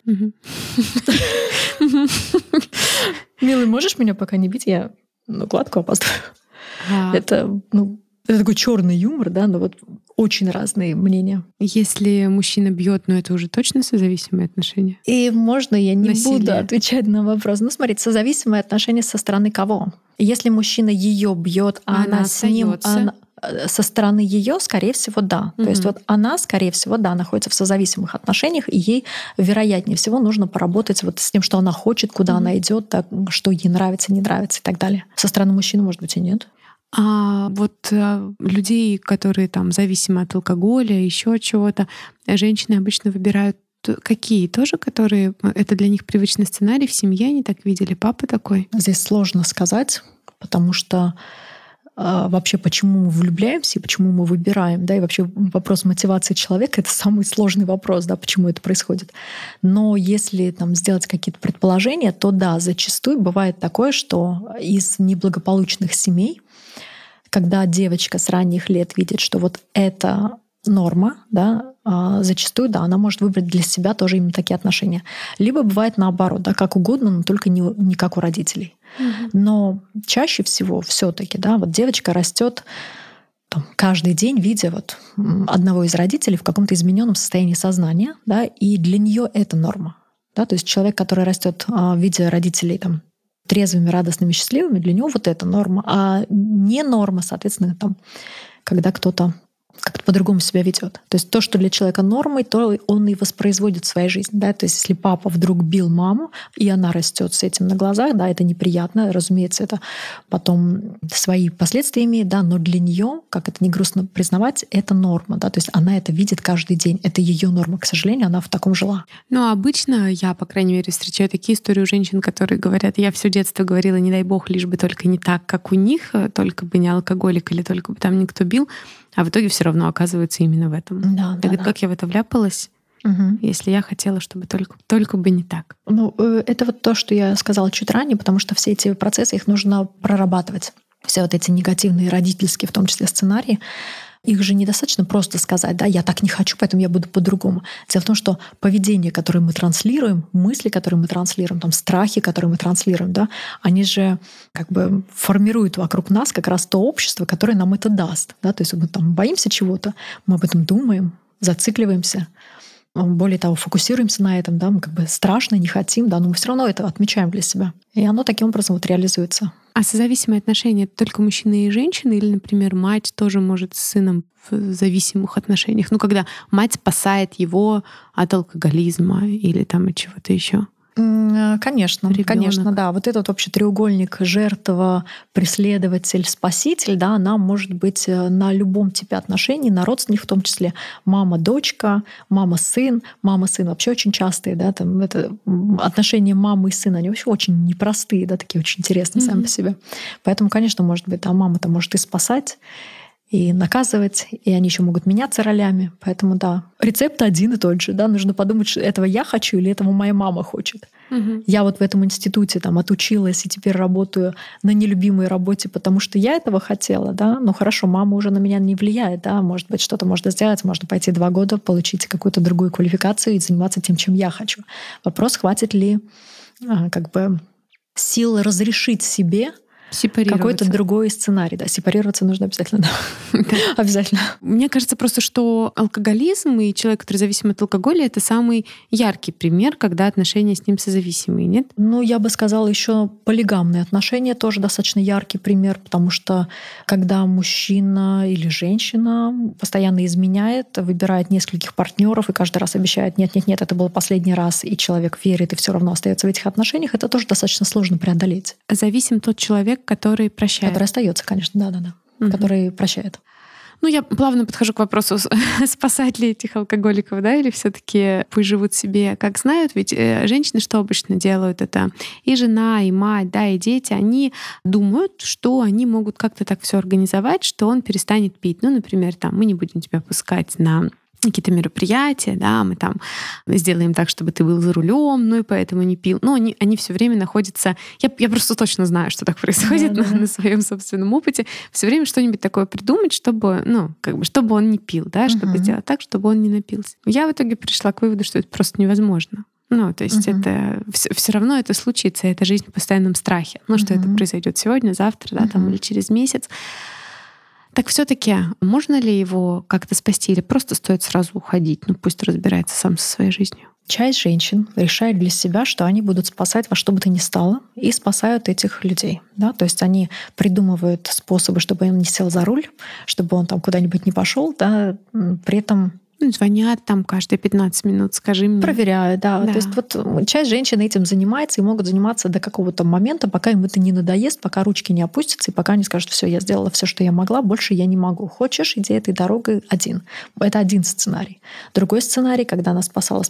Милый, можешь меня пока не бить? Я на укладку опаздываю. Это такой черный юмор, да, но вот очень разные мнения. Если мужчина бьет, но это уже точно созависимые отношения? И можно я не буду отвечать на вопрос. Смотрите, созависимые отношения со стороны кого? Если мужчина ее бьет, а она с ним... Со стороны ее, скорее всего, да. То есть вот она, скорее всего, да, находится в созависимых отношениях, и ей, вероятнее всего, нужно поработать вот с тем, что она хочет, куда она идет, так, что ей нравится, не нравится и так далее. Со стороны мужчины, может быть, и нет. А вот людей, которые там зависимы от алкоголя, еще от чего-то, женщины обычно выбирают какие? Тоже, которые... Это для них привычный сценарий, в семье они так видели, папа такой? Здесь сложно сказать, потому что вообще, почему мы влюбляемся и почему мы выбираем, да, и вообще вопрос мотивации человека — это самый сложный вопрос, да, почему это происходит. Но если там сделать какие-то предположения, то да, зачастую бывает такое, что из неблагополучных семей, когда девочка с ранних лет видит, что вот это норма, да, зачастую, да, она может выбрать для себя тоже именно такие отношения. Либо бывает наоборот, да, как угодно, но только не как у родителей. Но чаще всего все-таки, да, вот девочка растет каждый день, видя вот одного из родителей в каком-то измененном состоянии сознания, да, и для нее это норма. Да, то есть человек, который растет в виде родителей там, трезвыми, радостными, счастливыми, для него вот это норма. А не норма, соответственно, там, когда кто-то как-то по-другому себя ведет. То есть то, что для человека нормой, то он и воспроизводит в своей жизни. Да? То есть если папа вдруг бил маму, и она растет с этим на глазах, да, это неприятно, разумеется, это потом свои последствия имеет, да, но для нее, как это не грустно признавать, это норма. Да? То есть она это видит каждый день. Это ее норма. К сожалению, она в таком жила. Но обычно я, по крайней мере, встречаю такие истории у женщин, которые говорят: я все детство говорила, не дай бог, лишь бы только не так, как у них, только бы не алкоголик или только бы там никто бил, а в итоге все равно оказывается именно в этом. Да, Так как я в это вляпалась, если я хотела, чтобы только бы не так? Ну, это вот то, что я сказала чуть ранее, потому что все эти процессы, их нужно прорабатывать. Все вот эти негативные родительские, в том числе сценарии, их же недостаточно просто сказать, да, я так не хочу, поэтому я буду по-другому. Дело в том, что поведение, которое мы транслируем, мысли, которые мы транслируем, там, страхи, которые мы транслируем, да, они же как бы формируют вокруг нас как раз то общество, которое нам это даст. Да? То есть мы там боимся чего-то, мы об этом думаем, зацикливаемся, более того, фокусируемся на этом, да, мы как бы страшно, не хотим, да, но мы все равно это отмечаем для себя. И оно таким образом вот реализуется. А созависимые отношения — это только мужчины и женщины? Или, например, мать тоже может с сыном в зависимых отношениях? Ну, когда мать спасает его от алкоголизма или там от чего-то еще? Конечно, Ребёнок. конечно, да. Вот этот вообще треугольник жертва, преследователь, спаситель, да, она может быть на любом типе отношений, на родственников в том числе. Мама-дочка, мама-сын. Мама-сын вообще очень частые, да, там это отношения мамы и сына, они вообще очень непростые, да, такие очень интересные сами по себе. Поэтому, конечно, может быть, да, мама-то может и спасать, и наказывать, и они еще могут меняться ролями. Поэтому да, рецепт один и тот же. Да? Нужно подумать, что этого я хочу или этого моя мама хочет. Я вот в этом институте там отучилась и теперь работаю на нелюбимой работе, потому что я этого хотела. Да? Ну хорошо, мама уже на меня не влияет. Да? Может быть, что-то можно сделать. Можно пойти 2 года, получить какую-то другую квалификацию и заниматься тем, чем я хочу. Вопрос, хватит ли как бы сил разрешить себе какой-то другой сценарий. Да, сепарироваться нужно обязательно. Да. Обязательно. Мне кажется просто, что алкоголизм и человек, который зависим от алкоголя, это самый яркий пример, когда отношения с ним созависимые, нет? Ну, я бы сказала, еще полигамные отношения тоже достаточно яркий пример, потому что когда мужчина или женщина постоянно изменяет, выбирает нескольких партнеров и каждый раз обещает: нет, это был последний раз, и человек верит и все равно остается в этих отношениях, это тоже достаточно сложно преодолеть. Зависим тот человек, который прощает. Который остается, конечно, да. Который прощает. Ну, я плавно подхожу к вопросу, спасать ли этих алкоголиков, да, или все-таки пусть живут себе, как знают. Ведь женщины что обычно делают? Это и жена, и мать, да, и дети. Они думают, что они могут как-то так все организовать, что он перестанет пить. Ну, например, там, мы не будем тебя пускать на какие-то мероприятия, да, мы там сделаем так, чтобы ты был за рулем, ну и поэтому не пил. Но они все время находятся... Я просто точно знаю, что так происходит на своем собственном опыте. Все время что-нибудь такое придумать, чтобы, ну, как бы, чтобы он не пил, да, чтобы сделать так, чтобы он не напился. Я в итоге пришла к выводу, что это просто невозможно. Ну, то есть это все равно это случится, это жизнь в постоянном страхе. Ну, что это произойдет сегодня, завтра, да, там, или через месяц. Так все-таки можно ли его как-то спасти или просто стоит сразу уходить? Ну пусть разбирается сам со своей жизнью. Часть женщин решает для себя, что они будут спасать во что бы то ни стало, и спасают этих людей. Да? То есть они придумывают способы, чтобы он не сел за руль, чтобы он там куда-нибудь не пошел, да? При этом звонят там каждые 15 минут, скажи мне. Проверяют, да. То есть вот часть женщин этим занимается и могут заниматься до какого-то момента, пока им это не надоест, пока ручки не опустятся, и пока они скажут: все, я сделала все, что я могла, больше я не могу. Хочешь, иди этой дорогой один. Это один сценарий. Другой сценарий, когда она спасала.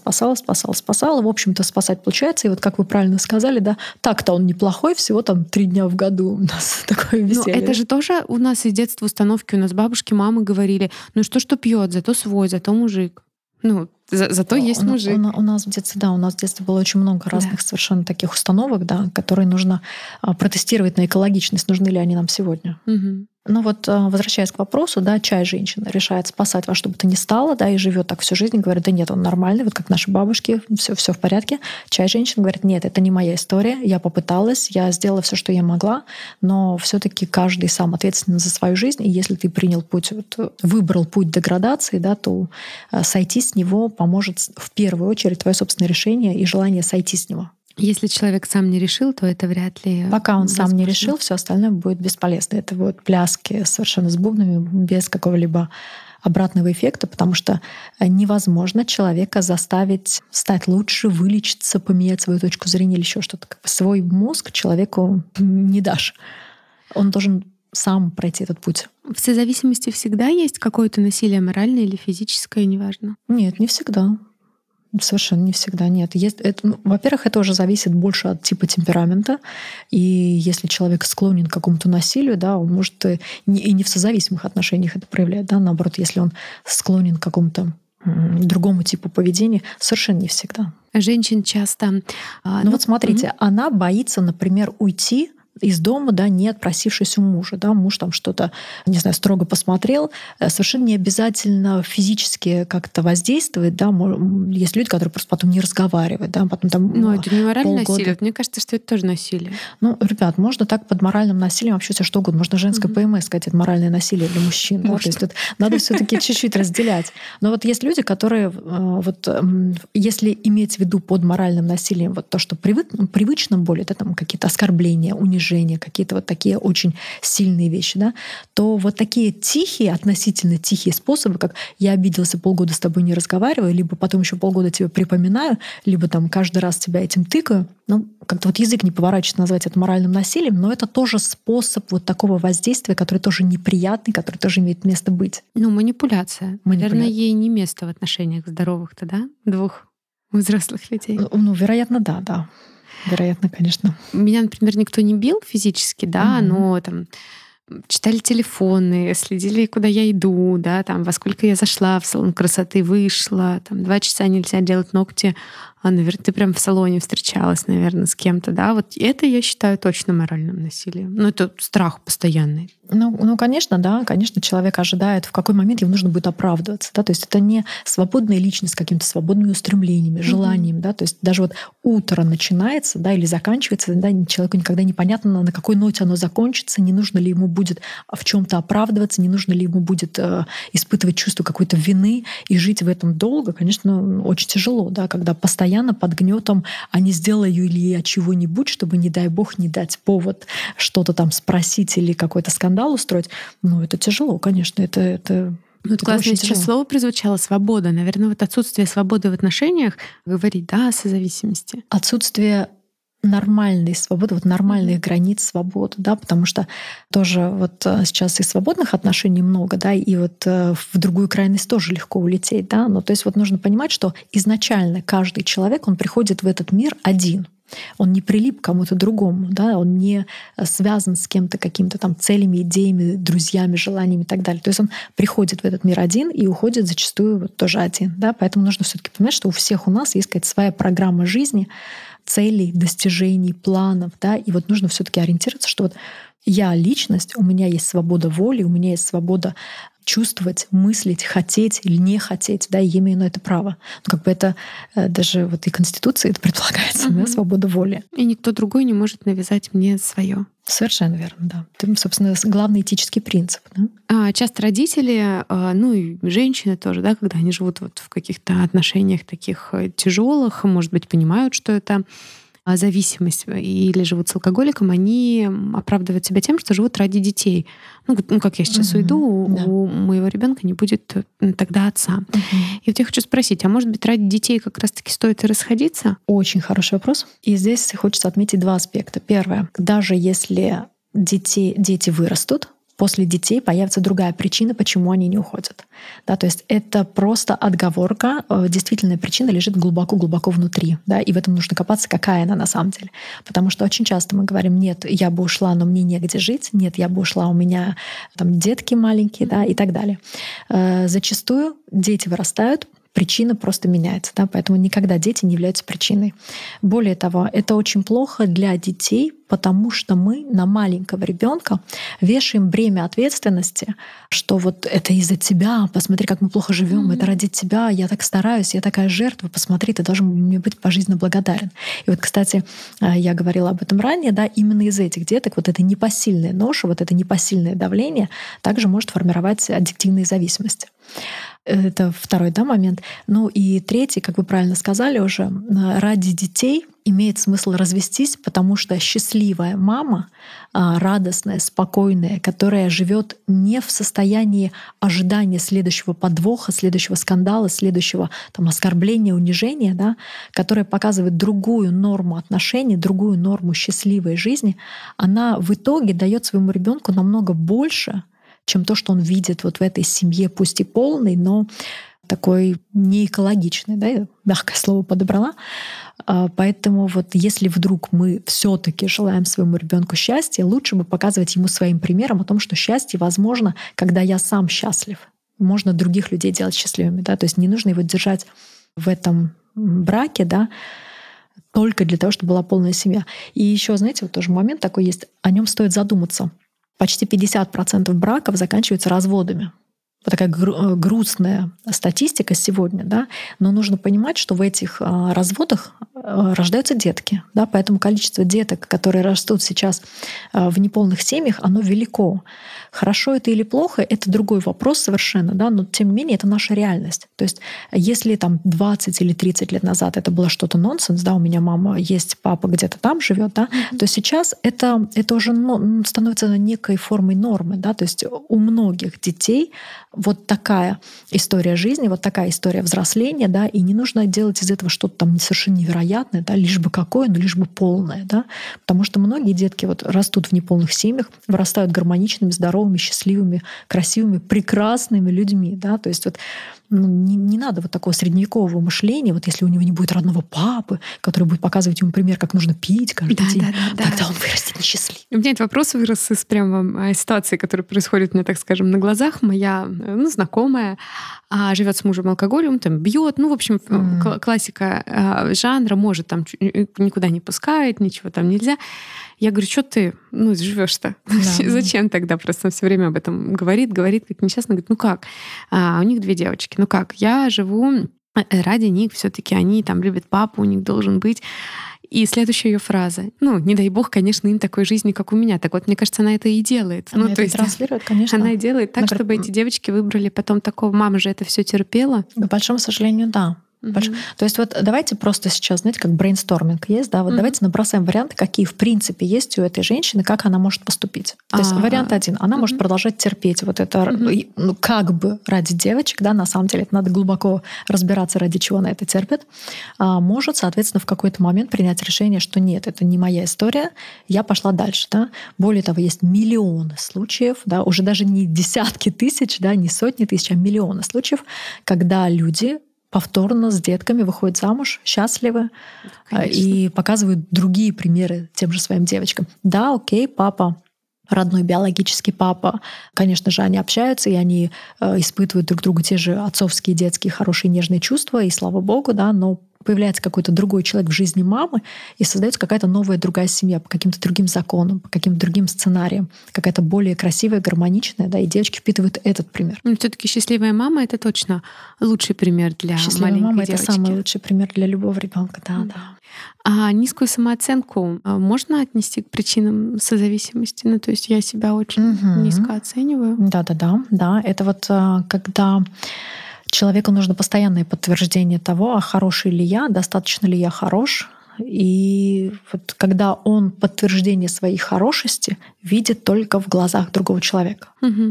В общем-то, спасать получается. И вот как вы правильно сказали, да, так-то он неплохой, всего там 3 дня в году у нас такое веселье. Но это же тоже у нас из детства установки. У нас бабушки, мамы говорили: ну что пьет, зато свой, зато мужик. Ну, зато есть мужик. У нас в детстве было очень много разных совершенно таких установок, да, которые нужно протестировать на экологичность, нужны ли они нам сегодня. Ну вот, возвращаясь к вопросу, да, часть женщин решает спасать во что бы то ни стало, да, и живет так всю жизнь, говорит: да нет, он нормальный, вот как наши бабушки, все в порядке. Часть женщин говорит: нет, это не моя история, я попыталась, я сделала все, что я могла, но все-таки каждый сам ответственен за свою жизнь, и если ты принял путь, выбрал путь деградации, да, то сойти с него поможет в первую очередь твое собственное решение и желание сойти с него. Если человек сам не решил, то это вряд ли. Пока он сам не решил, все остальное будет бесполезно. Это будут пляски совершенно с бубнами, без какого-либо обратного эффекта, потому что невозможно человека заставить стать лучше, вылечиться, поменять свою точку зрения или еще что-то. Как бы свой мозг человеку не дашь. Он должен сам пройти этот путь. В созависимости всегда есть какое-то насилие моральное или физическое, неважно? Нет, не всегда. Совершенно не всегда, нет. Во-первых, это уже зависит больше от типа темперамента. И если человек склонен к какому-то насилию, да, он может и не в созависимых отношениях это проявлять. Да, наоборот, если он склонен к какому-то другому типу поведения, совершенно не всегда. Женщин часто... Вот смотрите, она боится, например, уйти из дома, да, не отпросившись у мужа. Да, муж там что-то, не знаю, строго посмотрел. Совершенно не обязательно физически как-то воздействовать. Да. Есть люди, которые просто потом не разговаривают. Да, потом там это не моральное насилие. Мне кажется, что это тоже насилие. Ребят, можно так под моральным насилием вообще все что угодно. Можно женское ПМС сказать, это моральное насилие для мужчин. Да. То есть это надо все-таки чуть-чуть разделять. Но вот есть люди, которые, если иметь в виду под моральным насилием вот то, что привычно более, да, там какие-то оскорбления, унижения, какие-то вот такие очень сильные вещи, да, то вот такие тихие, относительно тихие способы, как я обиделся, полгода с тобой не разговариваю, либо потом еще полгода тебе припоминаю, либо там каждый раз тебя этим тыкаю, как-то вот язык не поворачивается назвать это моральным насилием, но это тоже способ вот такого воздействия, который тоже неприятный, который тоже имеет место быть. Манипуляция. Наверное, ей не место в отношениях здоровых-то, да? Двух взрослых людей. Вероятно, да. Вероятно, конечно. Меня, например, никто не бил физически, да, но там читали телефоны, следили, куда я иду, да, там, во сколько я зашла в салон красоты, вышла, там, 2 часа нельзя делать ногти, наверное, ты прям в салоне встречалась, наверное, с кем-то, да, вот это я считаю точно моральным насилием. Это страх постоянный. Конечно, да, конечно, человек ожидает, в какой момент ему нужно будет оправдываться, да, то есть это не свободная личность с какими-то свободными устремлениями, желаниями, да, то есть даже вот утро начинается, да, или заканчивается, да, человеку никогда непонятно, на какой ноте оно закончится, не нужно ли ему будет в чем-то оправдываться, не нужно ли ему будет испытывать чувство какой-то вины и жить в этом долго, конечно, очень тяжело, да, когда постоянно под гнетом, а не сделаю ли я чего-нибудь, чтобы, не дай бог, не дать повод что-то там спросить или какой-то скандал устроить. Это тяжело, конечно, это классное сейчас слово прозвучало — свобода. Наверное, вот отсутствие свободы в отношениях говорит, да, о созависимости. Отсутствие нормальной свободы, нормальных границ свободы, да, потому что тоже сейчас и свободных отношений много, да, и в другую крайность тоже легко улететь, да, то есть нужно понимать, что изначально каждый человек, он приходит в этот мир один. Он не прилип к кому-то другому, да, он не связан с кем-то, какими-то там целями, идеями, друзьями, желаниями и так далее. То есть он приходит в этот мир один и уходит зачастую тоже один. Да? Поэтому нужно все-таки понимать, что у нас есть какая-то своя программа жизни, целей, достижений, планов. Да? И нужно все-таки ориентироваться, что я личность, у меня есть свобода воли, у меня есть свобода чувствовать, мыслить, хотеть или не хотеть, да, и я имею на это право. Это даже и Конституции это предполагается, да, свобода воли. И никто другой не может навязать мне свое. Совершенно верно, да. Это, собственно, главный этический принцип. Да? Часто родители, и женщины тоже, да, когда они живут в каких-то отношениях таких тяжелых, может быть, понимают, что это зависимость или живут с алкоголиком, они оправдывают себя тем, что живут ради детей. Как я сейчас уйду, у моего ребенка не будет тогда отца. И я хочу спросить, а может быть, ради детей как раз-таки стоит и расходиться? Очень хороший вопрос. И здесь хочется отметить 2 аспекта. Первое. Даже если дети вырастут, после детей появится другая причина, почему они не уходят. Да, то есть это просто отговорка. Действительная причина лежит глубоко-глубоко внутри. Да, и в этом нужно копаться, какая она на самом деле. Потому что очень часто мы говорим: нет, я бы ушла, но мне негде жить. Нет, я бы ушла, у меня там детки маленькие, да, и так далее. Зачастую дети вырастают, причина просто меняется, да, поэтому никогда дети не являются причиной. Более того, это очень плохо для детей, потому что мы на маленького ребенка вешаем бремя ответственности, что это из-за тебя, посмотри, как мы плохо живем, это ради тебя, я так стараюсь, я такая жертва, посмотри, ты должен мне быть пожизненно благодарен. И кстати, я говорила об этом ранее, да, именно из этих деток это непосильная ноша, это непосильное давление также может формировать аддиктивные зависимости. Это второй, да, момент. Ну и третий, как вы правильно сказали уже, ради детей имеет смысл развестись, потому что счастливая мама, радостная, спокойная, которая живет не в состоянии ожидания следующего подвоха, следующего скандала, следующего там, оскорбления, унижения, да, которая показывает другую норму отношений, другую норму счастливой жизни, она в итоге дает своему ребенку намного больше, чем то, что он видит вот в этой семье, пусть и полной, но такой неэкологичной, да, я мягкое слово подобрала. Поэтому вот если вдруг мы все-таки желаем своему ребенку счастья, лучше бы показывать ему своим примером о том, что счастье возможно, когда я сам счастлив. Можно других людей делать счастливыми, да, то есть не нужно его держать в этом браке, да, только для того, чтобы была полная семья. И еще, знаете, вот тоже момент такой есть, о нем стоит задуматься. Почти 50% браков заканчиваются разводами. Вот такая грустная статистика сегодня, да, но нужно понимать, что в этих разводах рождаются детки, да, поэтому количество деток, которые растут сейчас в неполных семьях, оно велико. Хорошо это или плохо, это другой вопрос совершенно, да, но тем не менее это наша реальность. То есть если там 20 или 30 лет назад это было что-то нонсенс, да, у меня мама есть, папа где-то там живет, да, то сейчас это уже становится некой формой нормы, да, то есть у многих детей вот такая история жизни, вот такая история взросления, да, и не нужно делать из этого что-то там совершенно невероятное, да, лишь бы какое, но лишь бы полное, да, потому что многие детки вот растут в неполных семьях, вырастают гармоничными, здоровыми, счастливыми, красивыми, прекрасными людьми, да, то есть вот не надо вот такого средневекового мышления, вот если у него не будет родного папы, который будет показывать ему пример, как нужно пить каждый день, тогда он вырастет несчастливым. У меня этот вопрос вырос из прямо ситуации, которая происходит у меня, так скажем, на глазах. Моя знакомая живет с мужем алкоголем, там бьет, ну, в общем, классика жанра, может, там никуда не пускает, ничего там нельзя. Я говорю, что ты, живешь-то? Да. Зачем тогда? Просто все время об этом говорит, как несчастно. Говорит, ну как? У них 2 девочки. Ну как? Я живу ради них, все-таки они там любят папу, у них должен быть. И следующая ее фраза. Не дай бог, конечно, им такой жизни, как у меня. Так вот, мне кажется, она это и делает. Она это транслирует, конечно. Она и делает так, чтобы эти девочки выбрали потом такого. Мама же это все терпела. К большому сожалению, да. То есть вот давайте просто сейчас, знаете, как брейнсторминг есть, да, вот давайте набросаем варианты, какие в принципе есть у этой женщины, как она может поступить. То есть вариант 1, она может продолжать терпеть вот это, как бы ради девочек, да, на самом деле это надо глубоко разбираться, ради чего она это терпит, может, соответственно, в какой-то момент принять решение, что нет, это не моя история, я пошла дальше, да. Более того, есть миллионы случаев, да, уже даже не десятки тысяч, да, не сотни тысяч, а миллионы случаев, когда люди повторно с детками выходят замуж, счастливы, и показывают другие примеры тем же своим девочкам. Да, окей, папа, родной биологический папа, конечно же, они общаются, и они испытывают друг другу те же отцовские, детские, хорошие, нежные чувства, и слава богу, да, но появляется какой-то другой человек в жизни мамы, и создается какая-то новая другая семья по каким-то другим законам, по каким-то другим сценариям, какая-то более красивая, гармоничная, да, и девочки впитывают этот пример. Все-таки счастливая мама — это точно лучший пример для счастливая маленькой мама девочки. Это самый лучший пример для любого ребенка, да. А низкую самооценку можно отнести к причинам созависимости? То есть я себя очень низко оцениваю. Да. Это вот когда человеку нужно постоянное подтверждение того, а хороший ли я, достаточно ли я хорош. И вот когда он подтверждение своей хорошести видит только в глазах другого человека.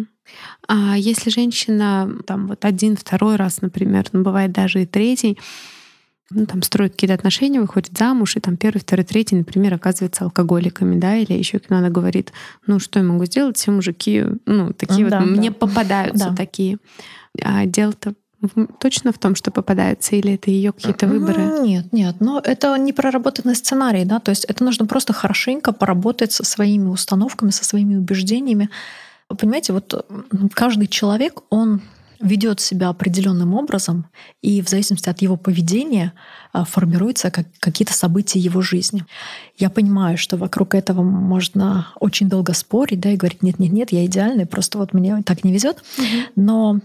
А если женщина там вот 1, 2 раз, например, бывает даже и 3, там строит какие-то отношения, выходит замуж, и там 1, 2, 3, например, оказывается алкоголиками, да, или еще когда она говорит, что я могу сделать, все мужики, такие мне попадаются такие. А дело-то точно в том, что попадаются, или это ее какие-то выборы? Нет, но это не проработанный сценарий, да, то есть это нужно просто хорошенько поработать со своими установками, со своими убеждениями. Вы понимаете, вот каждый человек, он ведет себя определенным образом, и в зависимости от его поведения формируются какие-то события его жизни. Я понимаю, что вокруг этого можно очень долго спорить, да, и говорить, нет, я идеальный, просто вот мне так не везет. Но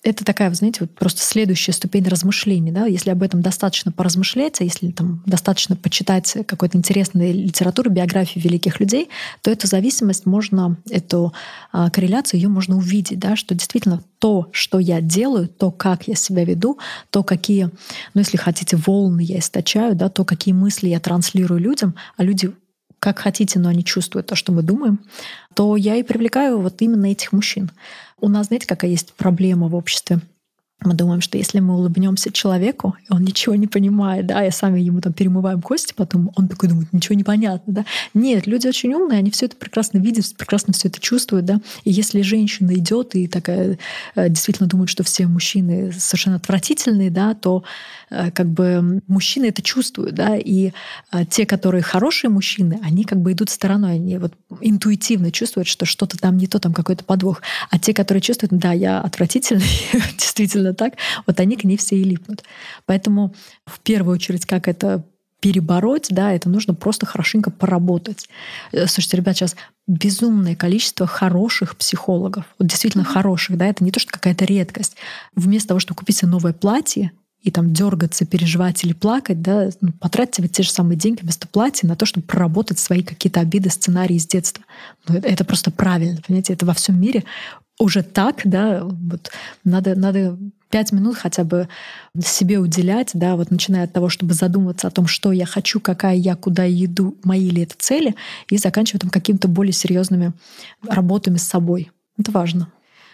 Это такая, вы знаете, вот просто следующая ступень размышлений. Да? Если об этом достаточно поразмышлять, а если там достаточно почитать какой-то интересной литературы, биографии великих людей, то эту зависимость можно, эту корреляцию ее можно увидеть, да? Что действительно то, что я делаю, то, как я себя веду, то, какие, ну, если хотите, волны я источаю, да, то, какие мысли я транслирую людям, а люди как хотите, но они чувствуют то, что мы думаем, то я и привлекаю вот именно этих мужчин. У нас, знаете, какая есть проблема в обществе? Мы думаем, что если мы улыбнемся человеку, и он ничего не понимает, да, и сами ему там перемываем кости, потом он такой думает, ничего не понятно, да. Нет, люди очень умные, они все это прекрасно видят, прекрасно все это чувствуют, да. И если женщина идет и такая действительно думает, что все мужчины совершенно отвратительные, да, то как бы мужчины это чувствуют, да, и те, которые хорошие мужчины, они как бы идут стороной, они вот интуитивно чувствуют, что что-то там не то, там какой-то подвох. А те, которые чувствуют, да, я отвратительный, действительно так, вот они к ней все и липнут. Поэтому в первую очередь, как это перебороть, да, это нужно просто хорошенько поработать. Слушайте, ребят, сейчас безумное количество хороших психологов, вот действительно хороших, да, это не то, что какая-то редкость. Вместо того, чтобы купить себе новое платье и там дергаться, переживать или плакать, да, потратьте вот те же самые деньги вместо платья на то, чтобы проработать свои какие-то обиды, сценарии из детства. Ну, это просто правильно, понимаете, это во всем мире уже так, да, вот надо 5 минут хотя бы себе уделять, да, вот начиная от того, чтобы задуматься о том, что я хочу, какая я, куда я иду, мои ли это цели, и заканчивая там какими-то более серьезными работами с собой. Это важно.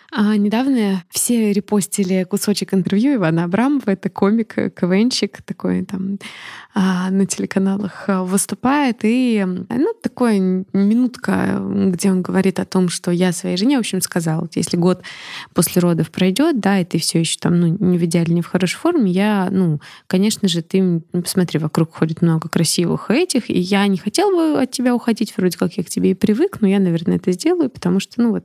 Недавно все репостили кусочек интервью Ивана Абрамова. Это комик, КВНщик такой там на телеканалах выступает. И такая минутка, где он говорит о том, что я своей жене, в общем, сказала, вот если год после родов пройдет, да, и ты все еще там, не в идеале, не в хорошей форме, я, конечно же, ты посмотри, вокруг ходит много красивых этих, и я не хотела бы от тебя уходить, вроде как я к тебе и привык, но я, наверное, это сделаю, потому что,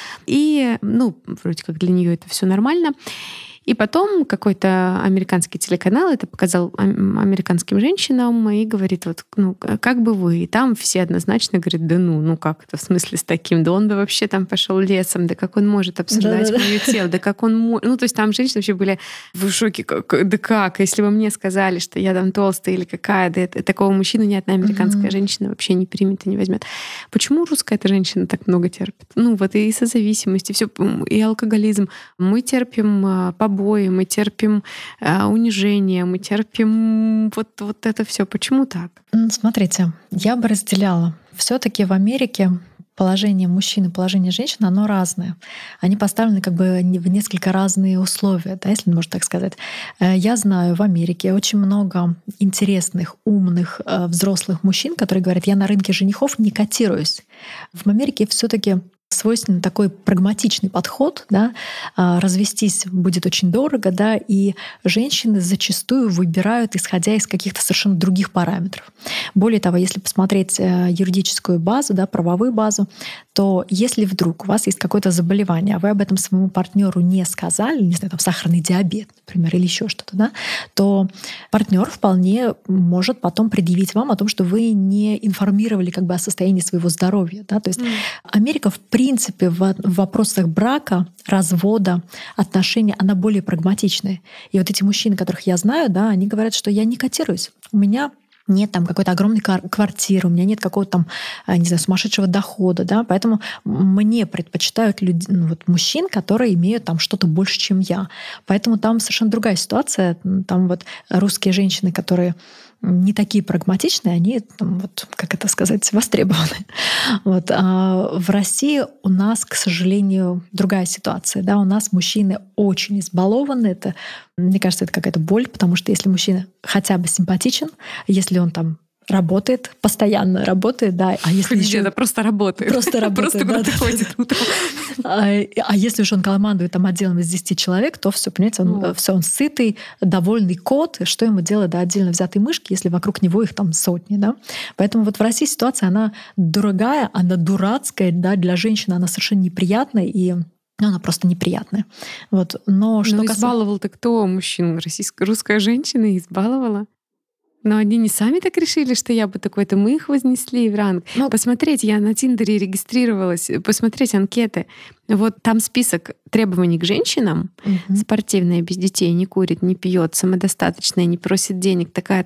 И, вроде как для нее это все нормально. И потом какой-то американский телеканал это показал американским женщинам и говорит, вот, как бы вы? И там все однозначно говорят, да как это, в смысле с таким? Да он бы вообще там пошел лесом, да как он может обсуждать мое тело, да как он может... то есть там женщины вообще были в шоке, да как? Если бы мне сказали, что я там толстая или какая, да такого мужчину ни одна американская женщина вообще не примет и не возьмет. Почему русская эта женщина так много терпит? Вот и созависимость, и все, и алкоголизм. Мы терпим побои, мы терпим унижение, мы терпим вот это все. Почему так? Смотрите, я бы разделяла. Все-таки в Америке положение мужчин и положение женщин, оно разное. Они поставлены как бы в несколько разные условия, да, если можно так сказать. Я знаю в Америке очень много интересных, умных, взрослых мужчин, которые говорят, я на рынке женихов не котируюсь. В Америке все-таки свойственен такой прагматичный подход, да, развестись будет очень дорого, да, и женщины зачастую выбирают, исходя из каких-то совершенно других параметров. Более того, если посмотреть юридическую базу, да, правовую базу, то если вдруг у вас есть какое-то заболевание, а вы об этом своему партнеру не сказали, не знаю, там сахарный диабет, например, или еще что-то, да, то партнер вполне может потом предъявить вам о том, что вы не информировали как бы о состоянии своего здоровья, да, то есть Америка в принципе в вопросах брака, развода, отношений, она более прагматичная. И вот эти мужчины, которых я знаю, да, они говорят, что я не котируюсь. У меня нет там какой-то огромной квартиры, у меня нет какого-то там, не знаю, сумасшедшего дохода, да, поэтому мне предпочитают мужчин, которые имеют там что-то больше, чем я. Поэтому там совершенно другая ситуация. Там вот русские женщины, которые не такие прагматичные, они, как это сказать, востребованы. Вот. А в России у нас, к сожалению, другая ситуация. Да? У нас мужчины очень избалованы. Это, мне кажется, это какая-то боль, потому что если мужчина хотя бы симпатичен, если он там работает, постоянно работает, да. А если где-то просто работает. Просто работает, просто ходит утром. А если уж он командует там отделом из 10 человек, то все, понимаете, он сытый, довольный кот. Что ему делать до отдельно взятой мышки, если вокруг него их там сотни, да? Поэтому вот в России ситуация, она дорогая, она дурацкая, да, для женщины она совершенно неприятная, и она просто неприятная. Вот. Но что избаловал-то кто мужчин? Русская женщина избаловала? Но они не сами так решили, что я бы такой, это мы их вознесли в ранг. Посмотреть, я на Тиндере регистрировалась, посмотреть анкеты. Вот там список требований к женщинам. Спортивная, без детей, не курит, не пьет, самодостаточная, не просит денег, такая.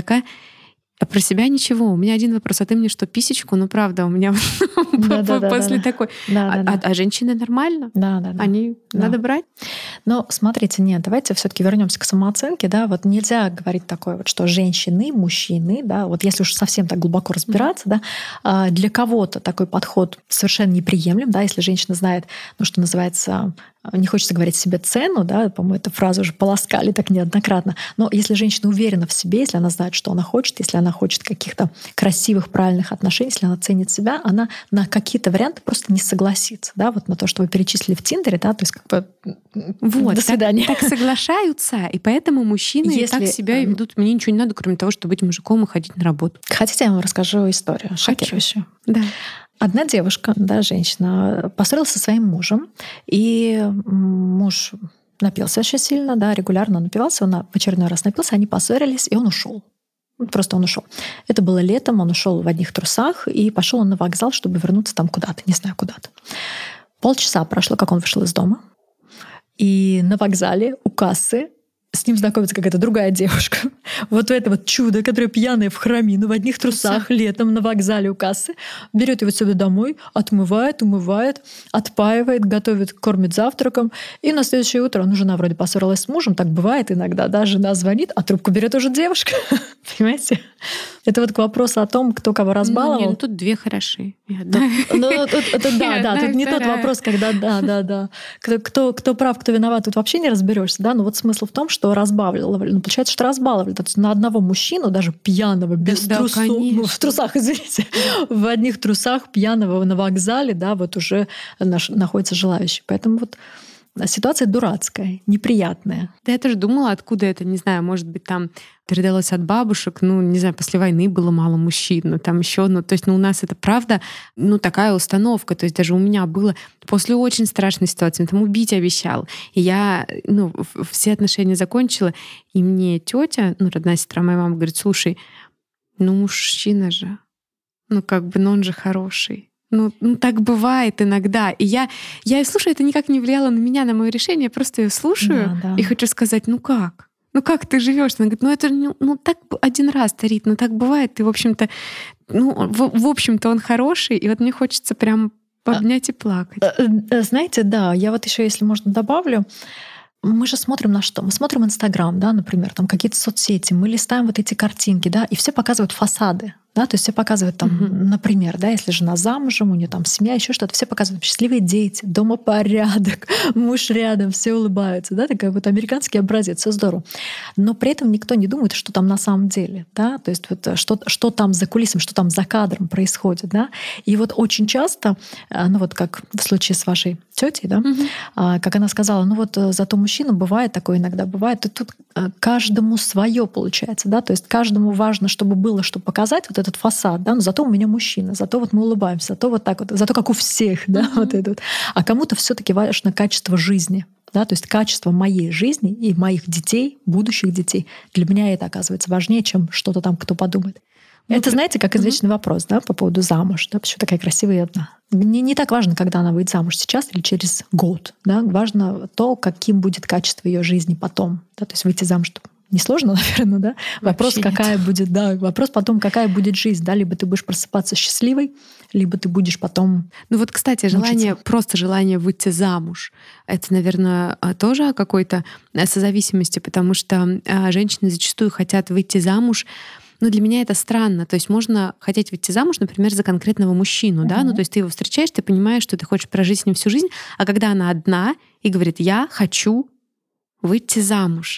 А про себя ничего. У меня один вопрос. А ты мне что, писечку? Ну, правда, у меня после такой. А женщины нормально? Они надо брать? Но смотрите, нет, давайте все-таки вернемся к самооценке. Да, вот нельзя говорить такое, вот, что женщины, мужчины, да, вот если уж совсем так глубоко разбираться, да, для кого-то такой подход совершенно неприемлем, да, если женщина знает, ну, что называется, не хочется говорить себе цену, да, по-моему, эту фразу уже полоскали так неоднократно, но если женщина уверена в себе, если она знает, что она хочет, если она хочет каких-то красивых, правильных отношений, если она ценит себя, она на какие-то варианты просто не согласится, да, вот на то, что вы перечислили в Тиндере, да, то есть как бы вот, до свидания. Так соглашаются, и поэтому мужчины так себя и ведут. Мне ничего не надо, кроме того, чтобы быть мужиком и ходить на работу. Хотите, я вам расскажу историю шокирующую? Да. Одна девушка, да, женщина, поссорилась со своим мужем, и муж напился очень сильно, да, регулярно напивался, он в очередной раз напился, они поссорились, и он ушел. Просто он ушел. Это было летом, он ушел в одних трусах, и пошел он на вокзал, чтобы вернуться там куда-то, не знаю куда-то. Полчаса прошло, как он вышел из дома, и на вокзале у кассы с ним знакомится какая-то другая девушка. Вот это вот чудо, которое пьяное в храмину, в одних трусах, летом на вокзале у кассы, берет его себе домой, отмывает, умывает, отпаивает, готовит, кормит завтраком. И на следующее утро, жена вроде поссорилась с мужем, так бывает иногда, да, жена звонит, а трубку берет уже девушка. Понимаете? Это вот к вопросу о том, кто кого разбаловал. Тут две хороши. Тут не тот вопрос, когда да. Кто прав, кто виноват, тут вообще не разберешься, да. Но вот смысл в том, что разбавливали. Получается, что разбаловали. То есть на одного мужчину, даже пьяного, без трусов, в трусах, извините, в одних трусах пьяного на вокзале, да, вот уже находится желающий. Поэтому вот ситуация дурацкая, неприятная. Да я тоже думала, откуда это, не знаю, может быть, там передалось от бабушек, не знаю, после войны было мало мужчин, там еще, то есть, у нас это правда, такая установка, то есть даже у меня было после очень страшной ситуации, он там убить обещал, и я, все отношения закончила, и мне тетя, родная сестра моей мамы, говорит, слушай, мужчина же, он же хороший. Так бывает иногда. И я ее слушаю, это никак не влияло на меня, на мое решение. Я просто ее слушаю и хочу сказать, как? Как ты живешь? Она говорит, это так один раз дарит, так бывает. Ты, в общем-то, в общем-то, он хороший. И вот мне хочется прям обнять и плакать. Знаете, да, я вот еще, если можно, добавлю. Мы же смотрим на что? Мы смотрим Инстаграм, да, например, там какие-то соцсети, мы листаем вот эти картинки, да, и все показывают фасады. Да, то есть все показывают там, например, да, если жена замужем, у нее там семья, еще что-то, все показывают счастливые дети, дома порядок, муж рядом, все улыбаются, да, такой вот американский образец, все здорово. Но при этом никто не думает, что там на самом деле, да, то есть вот что там за кулисами, что там за кадром происходит, да. И вот очень часто, вот как в случае с вашей тетей, да, как она сказала, зато мужчина бывает такое иногда бывает, и тут каждому свое получается, да, то есть каждому важно, чтобы было что показать, вот этот фасад, да, но зато у меня мужчина, зато вот мы улыбаемся, зато вот так вот, зато как у всех, да, вот это вот. А кому-то все-таки важно качество жизни, да, то есть качество моей жизни и моих детей, будущих детей. Для меня это оказывается важнее, чем что-то там кто подумает. Это, знаете, как извечный вопрос, да, по поводу замуж, да, почему такая красивая и одна. Не так важно, когда она выйдет замуж, сейчас или через год, да, важно то, каким будет качество ее жизни потом, да, то есть выйти замуж несложно, наверное, да. Вопрос, какая будет, да, вопрос потом, какая будет жизнь, да, либо ты будешь просыпаться счастливой, либо ты будешь потом. Кстати, просто желание выйти замуж, это, наверное, тоже о какой-то созависимости, потому что женщины зачастую хотят выйти замуж. Для меня это странно. То есть можно хотеть выйти замуж, например, за конкретного мужчину, да, то есть ты его встречаешь, ты понимаешь, что ты хочешь прожить с ним всю жизнь, а когда она одна и говорит, я хочу выйти замуж.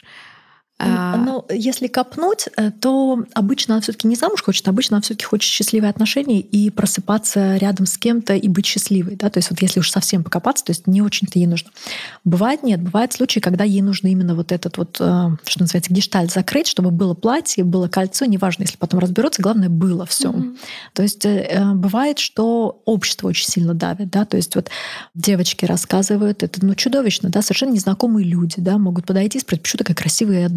Но если копнуть, то обычно она все-таки не замуж хочет, обычно она все-таки хочет счастливые отношения и просыпаться рядом с кем-то и быть счастливой. Да? То есть вот если уж совсем покопаться, то есть не очень-то ей нужно. Бывает нет, бывают случаи, когда ей нужно именно вот этот вот, что называется, гештальт закрыть, чтобы было платье, было кольцо, неважно, если потом разберутся, главное было все. То есть бывает, что общество очень сильно давит, да, то есть вот девочки рассказывают, это чудовищно, да, совершенно незнакомые люди, да, могут подойти и спросить, почему такая красивая и одна.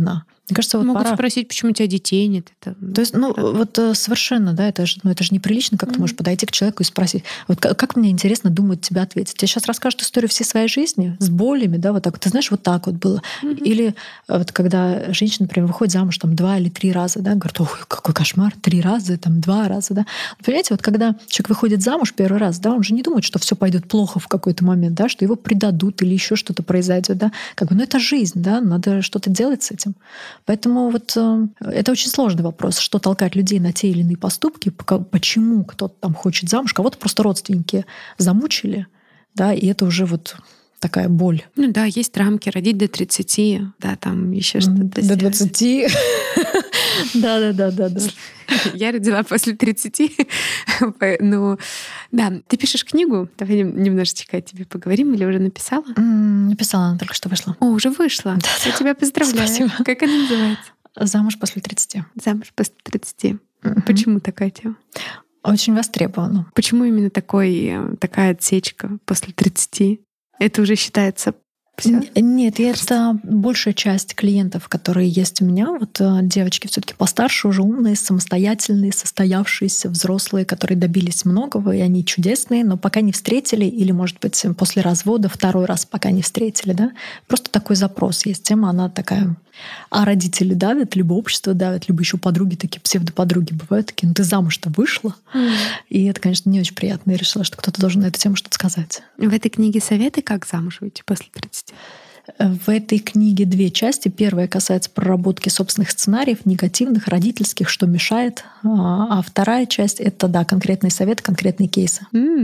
Мне кажется, вот Могут пора. спросить, почему у тебя детей нет. То есть, вот совершенно, да, это же неприлично, как ты можешь подойти к человеку и спросить. Вот как мне интересно, думают тебе ответить. Тебе сейчас расскажут историю всей своей жизни с болями, да, вот так. Ты знаешь, вот так вот было. Или вот когда женщина, например, выходит замуж там 2 или 3 раза, да, говорит, ой, какой кошмар, 3 раза, там 2 раза, да. Понимаете, вот когда человек выходит замуж первый раз, да, он же не думает, что все пойдет плохо в какой-то момент, да, что его предадут или еще что-то произойдет, да. Это жизнь, да, надо что-то делать с этим. Поэтому вот это очень сложный вопрос, что толкает людей на те или иные поступки, почему кто-то там хочет замуж, кого-то просто родственники замучили, да, и это уже вот такая боль. Ну да, есть рамки, родить до 30, да, там еще что-то. До 20. Да. Я родила после 30. Ну, да, ты пишешь книгу. Давай немножечко о тебе поговорим. Или уже написала? Написала, она только что вышла. О, уже вышла. Я тебя поздравляю. Спасибо. Как она называется? «Замуж после 30». «Замуж после 30». Почему такая тема? Очень востребована. Почему именно такая отсечка после 30? Это уже считается всё? Нет, это большая часть клиентов, которые есть у меня. Вот девочки все-таки постарше, уже умные, самостоятельные, состоявшиеся, взрослые, которые добились многого, и они чудесные, но пока не встретили, или, может быть, после развода 2-й раз пока не встретили. Да? Просто такой запрос есть. Тема, она такая. А родители давят, либо общество давит, либо еще подруги, такие псевдоподруги бывают, такие, ты замуж-то вышла. И это, конечно, не очень приятно. Я решила, что кто-то должен на эту тему что-то сказать. В этой книге советы, как замуж выйти после 30? В этой книге 2 части. Первая касается проработки собственных сценариев, негативных, родительских, что мешает. А вторая часть — это, да, конкретные советы, конкретные кейсы.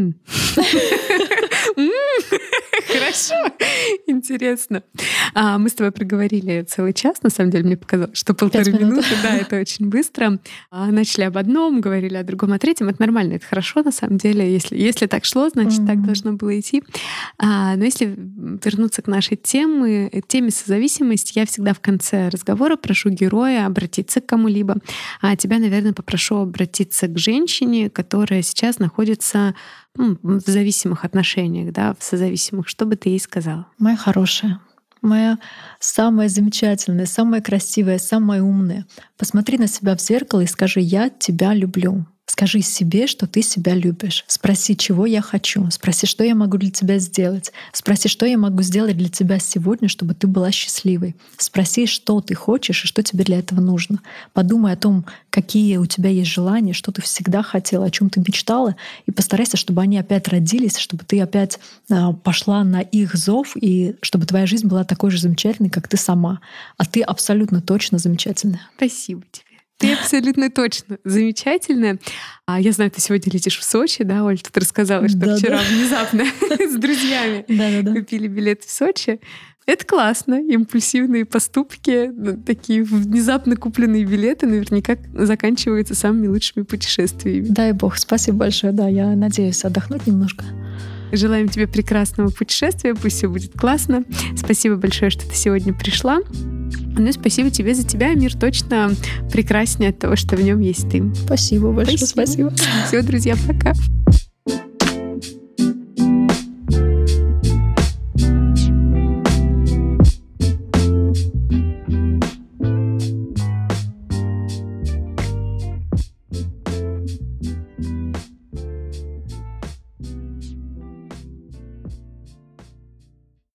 Хорошо, интересно. Мы с тобой проговорили целый час, на самом деле, мне показалось, что 1,5 минуты. Да, это очень быстро. Начали об одном, говорили о другом, о третьем. Это нормально, это хорошо, на самом деле. Если так шло, значит, так должно было идти. Но если вернуться к нашей теме созависимости, я всегда в конце разговора прошу героя обратиться к кому-либо. А тебя, наверное, попрошу обратиться к женщине, которая сейчас находится в зависимых отношениях, да, в созависимых. Что бы ты ей сказала? Моя хорошая, моя самая замечательная, самая красивая, самая умная. Посмотри на себя в зеркало и скажи: «Я тебя люблю». Скажи себе, что ты себя любишь. Спроси, чего я хочу. Спроси, что я могу для тебя сделать. Спроси, что я могу сделать для тебя сегодня, чтобы ты была счастливой. Спроси, что ты хочешь и что тебе для этого нужно. Подумай о том, какие у тебя есть желания, что ты всегда хотела, о чем ты мечтала, и постарайся, чтобы они опять родились, чтобы ты опять пошла на их зов, и чтобы твоя жизнь была такой же замечательной, как ты сама. А ты абсолютно точно замечательная. Спасибо тебе. Ты абсолютно точно замечательная. Я знаю, ты сегодня летишь в Сочи, да, Оль? Ты рассказала, что вчера внезапно с друзьями купили билет в Сочи. Это классно. Импульсивные поступки, такие внезапно купленные билеты наверняка заканчиваются самыми лучшими путешествиями. Дай бог. Спасибо большое. Да, я надеюсь отдохнуть немножко. Желаем тебе прекрасного путешествия. Пусть все будет классно. Спасибо большое, что ты сегодня пришла. Ну и спасибо тебе за тебя. Мир точно прекраснее от того, что в нем есть ты. Спасибо большое. Спасибо. Все, друзья, пока.